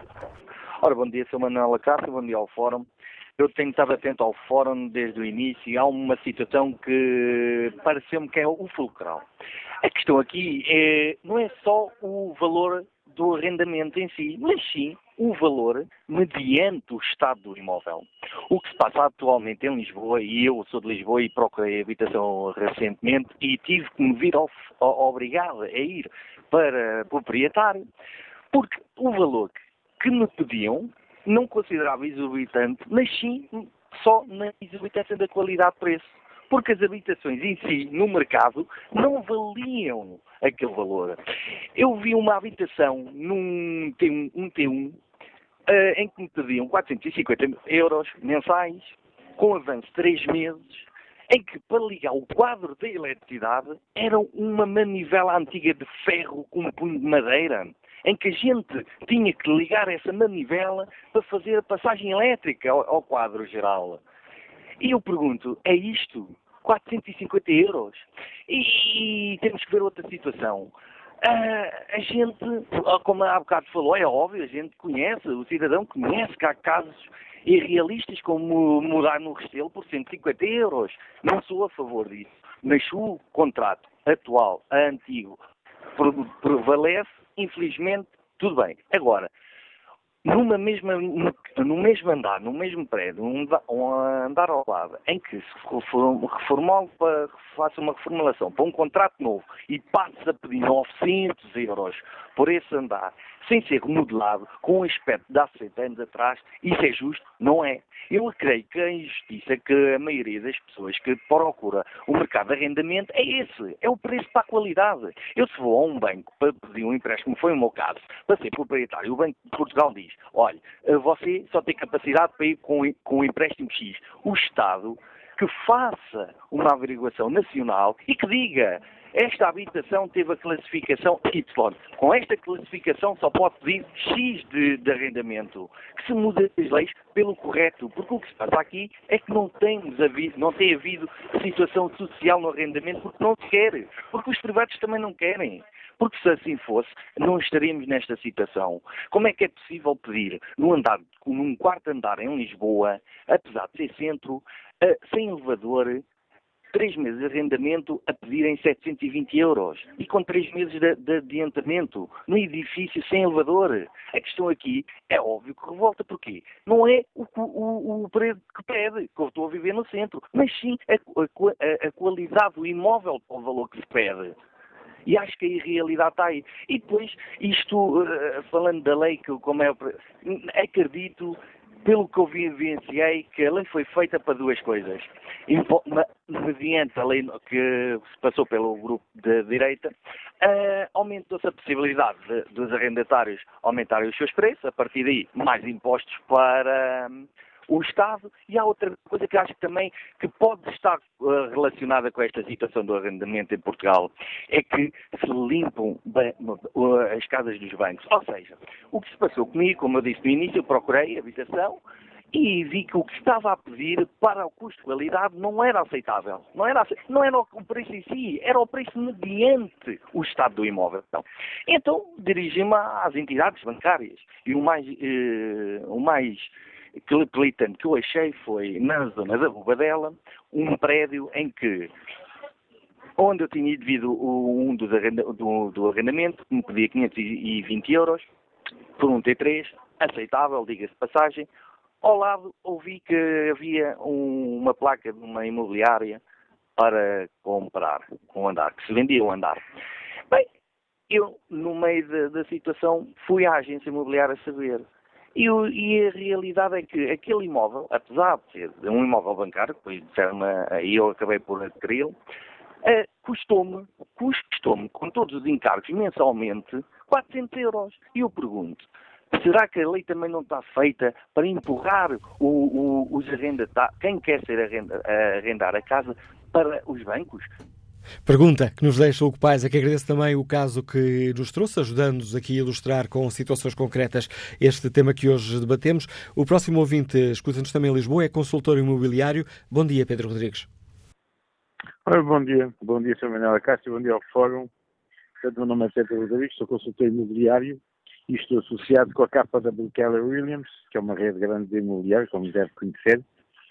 Ora, bom dia, sou Manuel Acácio, bom dia ao Fórum. Eu tenho estado atento ao Fórum desde o início e há uma situação que pareceu-me que é o fulcral. A questão aqui é, não é só o valor do arrendamento em si, mas sim o valor mediante o estado do imóvel. O que se passa atualmente em Lisboa, e eu sou de Lisboa e procurei habitação recentemente e tive que me vir ao, ao, obrigado a ir para proprietário, porque o valor que me pediam não considerava exorbitante, mas sim só na exorbitância da qualidade de preço. Porque as habitações em si, no mercado, não valiam aquele valor. Eu vi uma habitação num T um, um T um uh, em que me pediam quatrocentos e cinquenta euros mensais, com avanço de três meses, em que para ligar o quadro da eletricidade era uma manivela antiga de ferro com um punho de madeira, em que a gente tinha que ligar essa manivela para fazer a passagem elétrica ao, ao quadro geral. E eu pergunto, é isto? quatrocentos e cinquenta euros? E, e temos que ver outra situação. Uh, a gente, como há bocado falou, é óbvio, a gente conhece, o cidadão conhece que há casos irrealistas como mudar no Restelo por cento e cinquenta euros. Não sou a favor disso. Mas o contrato atual, antigo, prevalece, infelizmente, tudo bem. Agora, numa mesma, no mesmo andar, no mesmo prédio, um andar ao lado, em que se reformal, faça uma reformulação para um contrato novo e passe a pedir novecentos euros por esse andar, sem ser remodelado, com um aspecto de há sessenta anos atrás, isso é justo? Não é. Eu creio que a injustiça que a maioria das pessoas que procura o mercado de arrendamento é esse, é o preço para a qualidade. Eu se vou a um banco para pedir um empréstimo, foi o meu caso, para ser proprietário, o Banco de Portugal diz, olha, você só tem capacidade para ir com, com o empréstimo X. O Estado que faça uma averiguação nacional e que diga, esta habitação teve a classificação Y. Com esta classificação só pode pedir X de, de arrendamento. Que se mude as leis pelo correto. Porque o que se passa aqui é que não, temos havido, não tem havido situação social no arrendamento porque não se quer. Porque os privados também não querem. Porque se assim fosse, não estaríamos nesta situação. Como é que é possível pedir num, andar, num quarto andar em Lisboa, apesar de ser centro, uh, sem elevador, três meses de arrendamento a pedirem setecentos e vinte euros e com três meses de, de adiantamento no edifício sem elevador? A questão aqui é óbvio que revolta. Porquê? Não é o, o, o preço que pede, que eu estou a viver no centro, mas sim a, a, a qualidade do imóvel para o valor que se pede. E acho que a irrealidade está aí. E depois, isto, falando da lei, que como é, acredito, pelo que eu vivenciei, que a lei foi feita para duas coisas. Mediante a lei que se passou pelo grupo de direita, uh, aumentou-se a possibilidade de, dos arrendatários aumentarem os seus preços, a partir daí mais impostos para um, o Estado. E há outra coisa que acho que também que pode estar uh, relacionada com esta situação do arrendamento em Portugal, é que se limpam bem, uh, as casas dos bancos. Ou seja, o que se passou comigo, como eu disse no início, eu procurei habitação e vi que o que estava a pedir para o custo-qualidade não era aceitável. Não era, não era o preço em si, era o preço mediante o estado do imóvel. Então, então dirigi-me às entidades bancárias. E o mais, eh, o mais clipelitante que eu achei foi, na zona da Bobadela, um prédio em que, onde eu tinha devido um dos arrenda, do, do arrendamento, que me pedia quinhentos e vinte euros, por um T três, aceitável, diga-se de passagem. Ao lado ouvi que havia um, uma placa de uma imobiliária para comprar um andar, que se vendia um andar. Bem, eu, no meio de, da situação, fui à agência imobiliária saber. E, o, e a realidade é que aquele imóvel, apesar de ser um imóvel bancário, depois disseram-me, e eu acabei por adquiri-lo, Uh, custou-me, custou-me, com todos os encargos mensalmente, quatrocentos euros. E eu pergunto, será que a lei também não está feita para empurrar o, o, os arrendatários, quem quer ser arrenda, arrendar a casa, para os bancos? Pergunta que nos deixa o Pais, a que agradeço também o caso que nos trouxe, ajudando-nos aqui a ilustrar com situações concretas este tema que hoje debatemos. O próximo ouvinte, escuta-nos também em Lisboa, é consultor imobiliário. Bom dia, Pedro Rodrigues. Ora, bom dia. Bom dia, senhor Manuel Cássio. Bom dia ao Fórum. O meu nome é Pedro Rodrigues, sou consultor imobiliário e estou associado com a capa da Keller Williams, que é uma rede grande de imobiliários, como deve conhecer.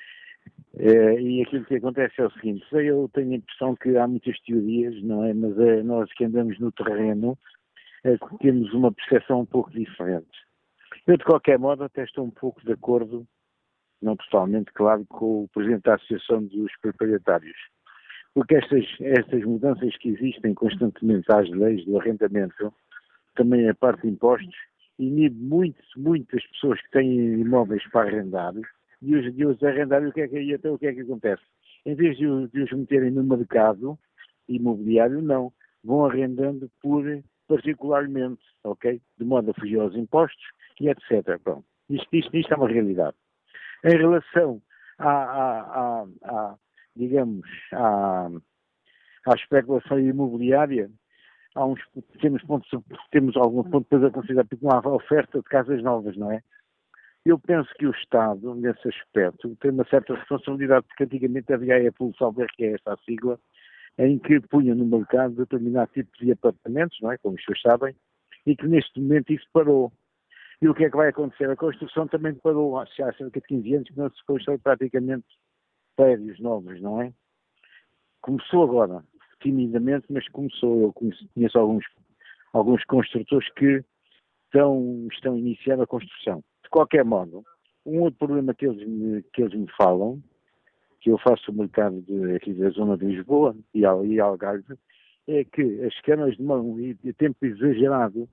É, e aquilo que acontece é o seguinte, eu tenho a impressão que há muitas teorias, não é? Mas é, nós que andamos no terreno é, temos uma percepção um pouco diferente. Eu, de qualquer modo, até estou um pouco de acordo, não totalmente, claro, com o Presidente da Associação dos Proprietários. Porque estas, estas mudanças que existem constantemente às leis do arrendamento, também a parte de impostos, inibe muito, muitas pessoas que têm imóveis para arrendar, e os, de os arrendar, o que é que, e até o que é que acontece? Em vez de os, de os meterem no mercado imobiliário, não. Vão arrendando por particularmente, ok? De modo a fugir aos impostos e etcétera. Bom, isto, isto, isto é uma realidade. Em relação à, à, à, à digamos, à, à especulação imobiliária, há uns pequenos pontos, temos algum ponto depois a considerar, porque não há oferta de casas novas, não é? Eu penso que o Estado, nesse aspecto, tem uma certa responsabilidade, porque antigamente havia a EPUL, salvo que é esta a sigla, em que punha no mercado determinado tipo de apartamentos, não é? Como os senhores sabem, e que neste momento isso parou. E o que é que vai acontecer? A construção também parou, há cerca de quinze anos que não se constrói praticamente prédios novos, não é? Começou agora, timidamente, mas começou. Eu conheço, conheço alguns, alguns construtores que estão, estão iniciando a construção. De qualquer modo, um outro problema que eles me, que eles me falam, que eu faço o mercado de, aqui da zona de Lisboa e, e Algarve, é que as câmaras demoram de tempo exagerado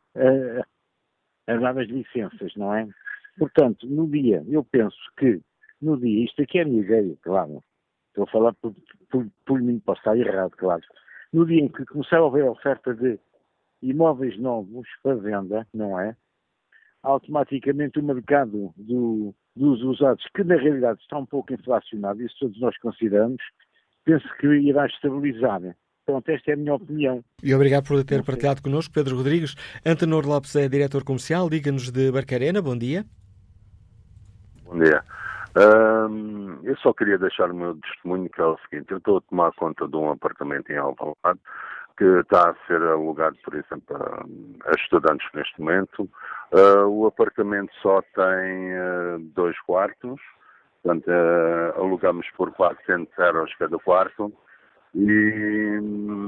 a, a dar as licenças, não é? Portanto, no dia, eu penso que no dia, isto aqui é a minha ideia, claro, estou a falar por, por, por mim, posso estar errado, claro. No dia em que começar a haver a oferta de imóveis novos para venda, não é? Automaticamente o mercado do, dos usados, que na realidade está um pouco inflacionado, isso todos nós consideramos, penso que irá estabilizar. Pronto, esta é a minha opinião. E obrigado por ter partilhado connosco, Pedro Rodrigues. Antenor Lopes é diretor comercial, liga-nos de Barcarena, bom dia. Bom dia. Um, eu só queria deixar o meu testemunho, que é o seguinte: eu estou a tomar conta de um apartamento em Alvalade que está a ser alugado, por exemplo, a, a estudantes neste momento. Uh, o apartamento só tem uh, dois quartos, portanto uh, alugamos por quatrocentos euros cada quarto e,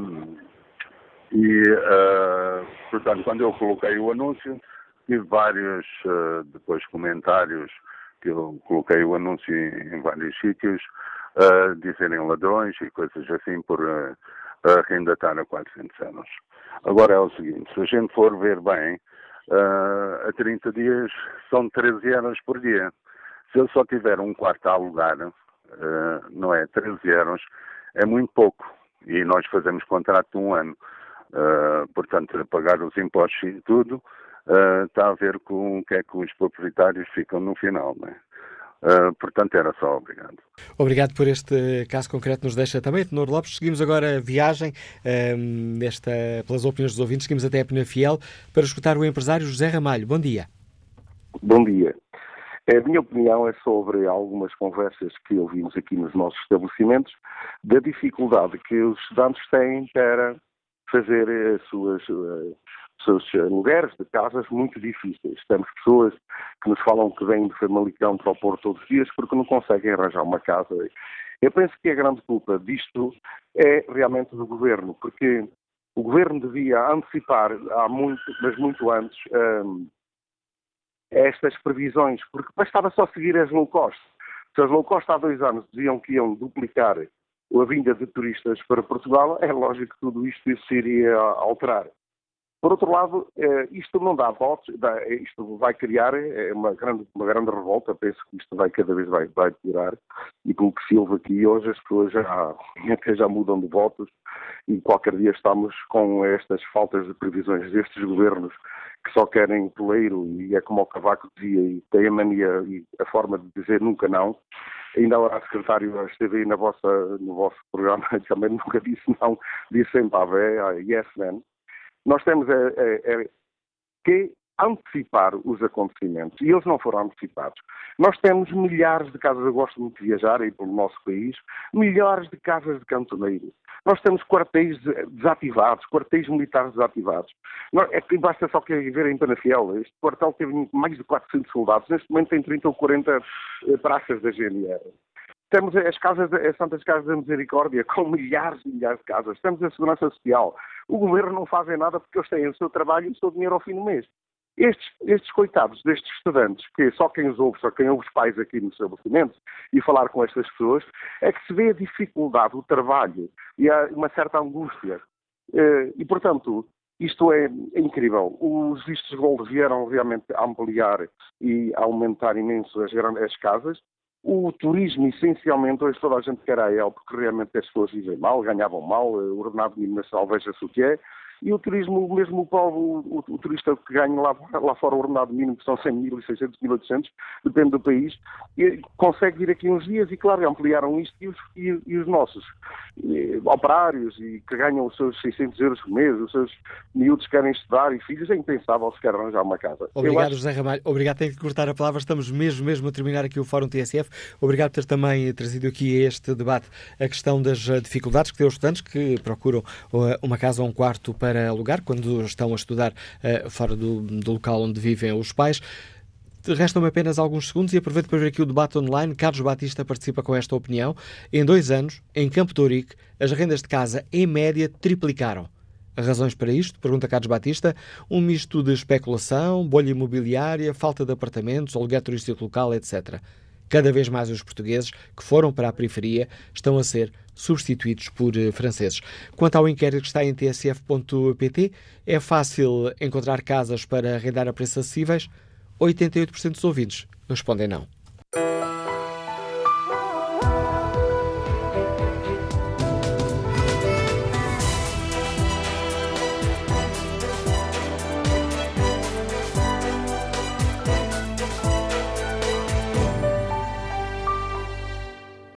e uh, portanto, quando eu coloquei o anúncio, tive vários uh, depois comentários, que eu coloquei o anúncio em, em vários sítios, uh, dizerem ladrões e coisas assim por uh, arrendatar a quatrocentos euros. Agora é o seguinte, se a gente for ver bem, uh, a trinta dias são treze euros por dia. Se eu só tiver um quarto a alugar, uh, não é, treze euros, é muito pouco. E nós fazemos contrato de um ano. Uh, portanto, a pagar os impostos e tudo, Uh, está a ver com o que é que os proprietários ficam no final, não é? Uh, portanto, era só. Obrigado. Obrigado por este caso concreto que nos deixa também, Tenor Lopes. Seguimos agora a viagem, um, nesta, pelas opiniões dos ouvintes, seguimos até a Penafiel para escutar o empresário José Ramalho. Bom dia. Bom dia. A minha opinião é sobre algumas conversas que ouvimos aqui nos nossos estabelecimentos, da dificuldade que os estudantes têm para fazer as suas... Uh, seus lugares de casas muito difíceis. Temos pessoas que nos falam que vêm de Famalicão para o Porto todos os dias porque não conseguem arranjar uma casa. Eu penso que a grande culpa disto é realmente do Governo, porque o Governo devia antecipar, há muito, mas muito antes, um, estas previsões, porque bastava só seguir as low cost. Se as low cost há dois anos diziam que iam duplicar a vinda de turistas para Portugal, é lógico que tudo isto se iria alterar. Por outro lado, isto não dá votos, isto vai criar uma grande, uma grande revolta, penso que isto vai cada vez vai, vai piorar, e pelo que se ouve aqui hoje, as pessoas já, até já mudam de votos, e qualquer dia estamos com estas faltas de previsões destes governos que só querem poleiro, e é como o Cavaco dizia, e tem a mania e a forma de dizer nunca não. Ainda agora a secretária esteve aí na vossa, no vosso programa, também nunca disse não, disse sempre a yes man. Nós temos é, é, é, que antecipar os acontecimentos, e eles não foram antecipados. Nós temos milhares de casas, eu gosto muito de viajar aí pelo nosso país, milhares de casas de cantoneiro. Nós temos quartéis desativados, quartéis militares desativados. Nós, é que basta só que ver em Penafiel, este quartel teve mais de quatrocentos soldados, neste momento tem trinta ou quarenta praças da G N R. Temos as casas, as Santas Casas da Misericórdia, com milhares e milhares de casas. Temos a Segurança Social. O governo não faz nada porque eles têm o seu trabalho e o seu dinheiro ao fim do mês. Estes, estes coitados destes estudantes, que só quem os ouve, só quem ouve os pais aqui no estabelecimento e falar com estas pessoas, é que se vê a dificuldade, o trabalho e há uma certa angústia. E, portanto, isto é incrível. Os vistos de gold vieram realmente a ampliar e a aumentar imenso as, as casas. O turismo, essencialmente, hoje toda a gente quer a ele, porque realmente as pessoas vivem mal, ganhavam mal, o ordenado mínimo nacional veja-se o que é, e o turismo, mesmo o povo, o, o turista que ganha lá, lá fora o ordenado mínimo, que são cem mil, seiscentos, mil e oitocentos, depende do país, e consegue vir aqui uns dias e, claro, ampliaram isto, e os, e, e os nossos e, operários, e que ganham os seus seiscentos euros por mês, os seus miúdos que querem estudar e filhos, é impensável se quer arranjar uma casa. Obrigado, acho... José Ramalho. Obrigado, tenho que cortar a palavra, estamos mesmo, mesmo a terminar aqui o Fórum T S F. Obrigado por ter também trazido aqui a este debate a questão das dificuldades que têm os estudantes que procuram uma casa ou um quarto para para alugar, quando estão a estudar uh, fora do, do local onde vivem os pais. Restam-me apenas alguns segundos e aproveito para ver aqui o debate online. Carlos Batista participa com esta opinião. Em dois anos, em Campo de Ourique, as rendas de casa, em média, triplicaram. Razões para isto? Pergunta Carlos Batista. Um misto de especulação, bolha imobiliária, falta de apartamentos, aluguer turístico local, etcétera. Cada vez mais os portugueses que foram para a periferia estão a ser substituídos por franceses. Quanto ao inquérito que está em t s f ponto p t, é fácil encontrar casas para arrendar a preços acessíveis? oitenta e oito por cento dos ouvintes respondem não.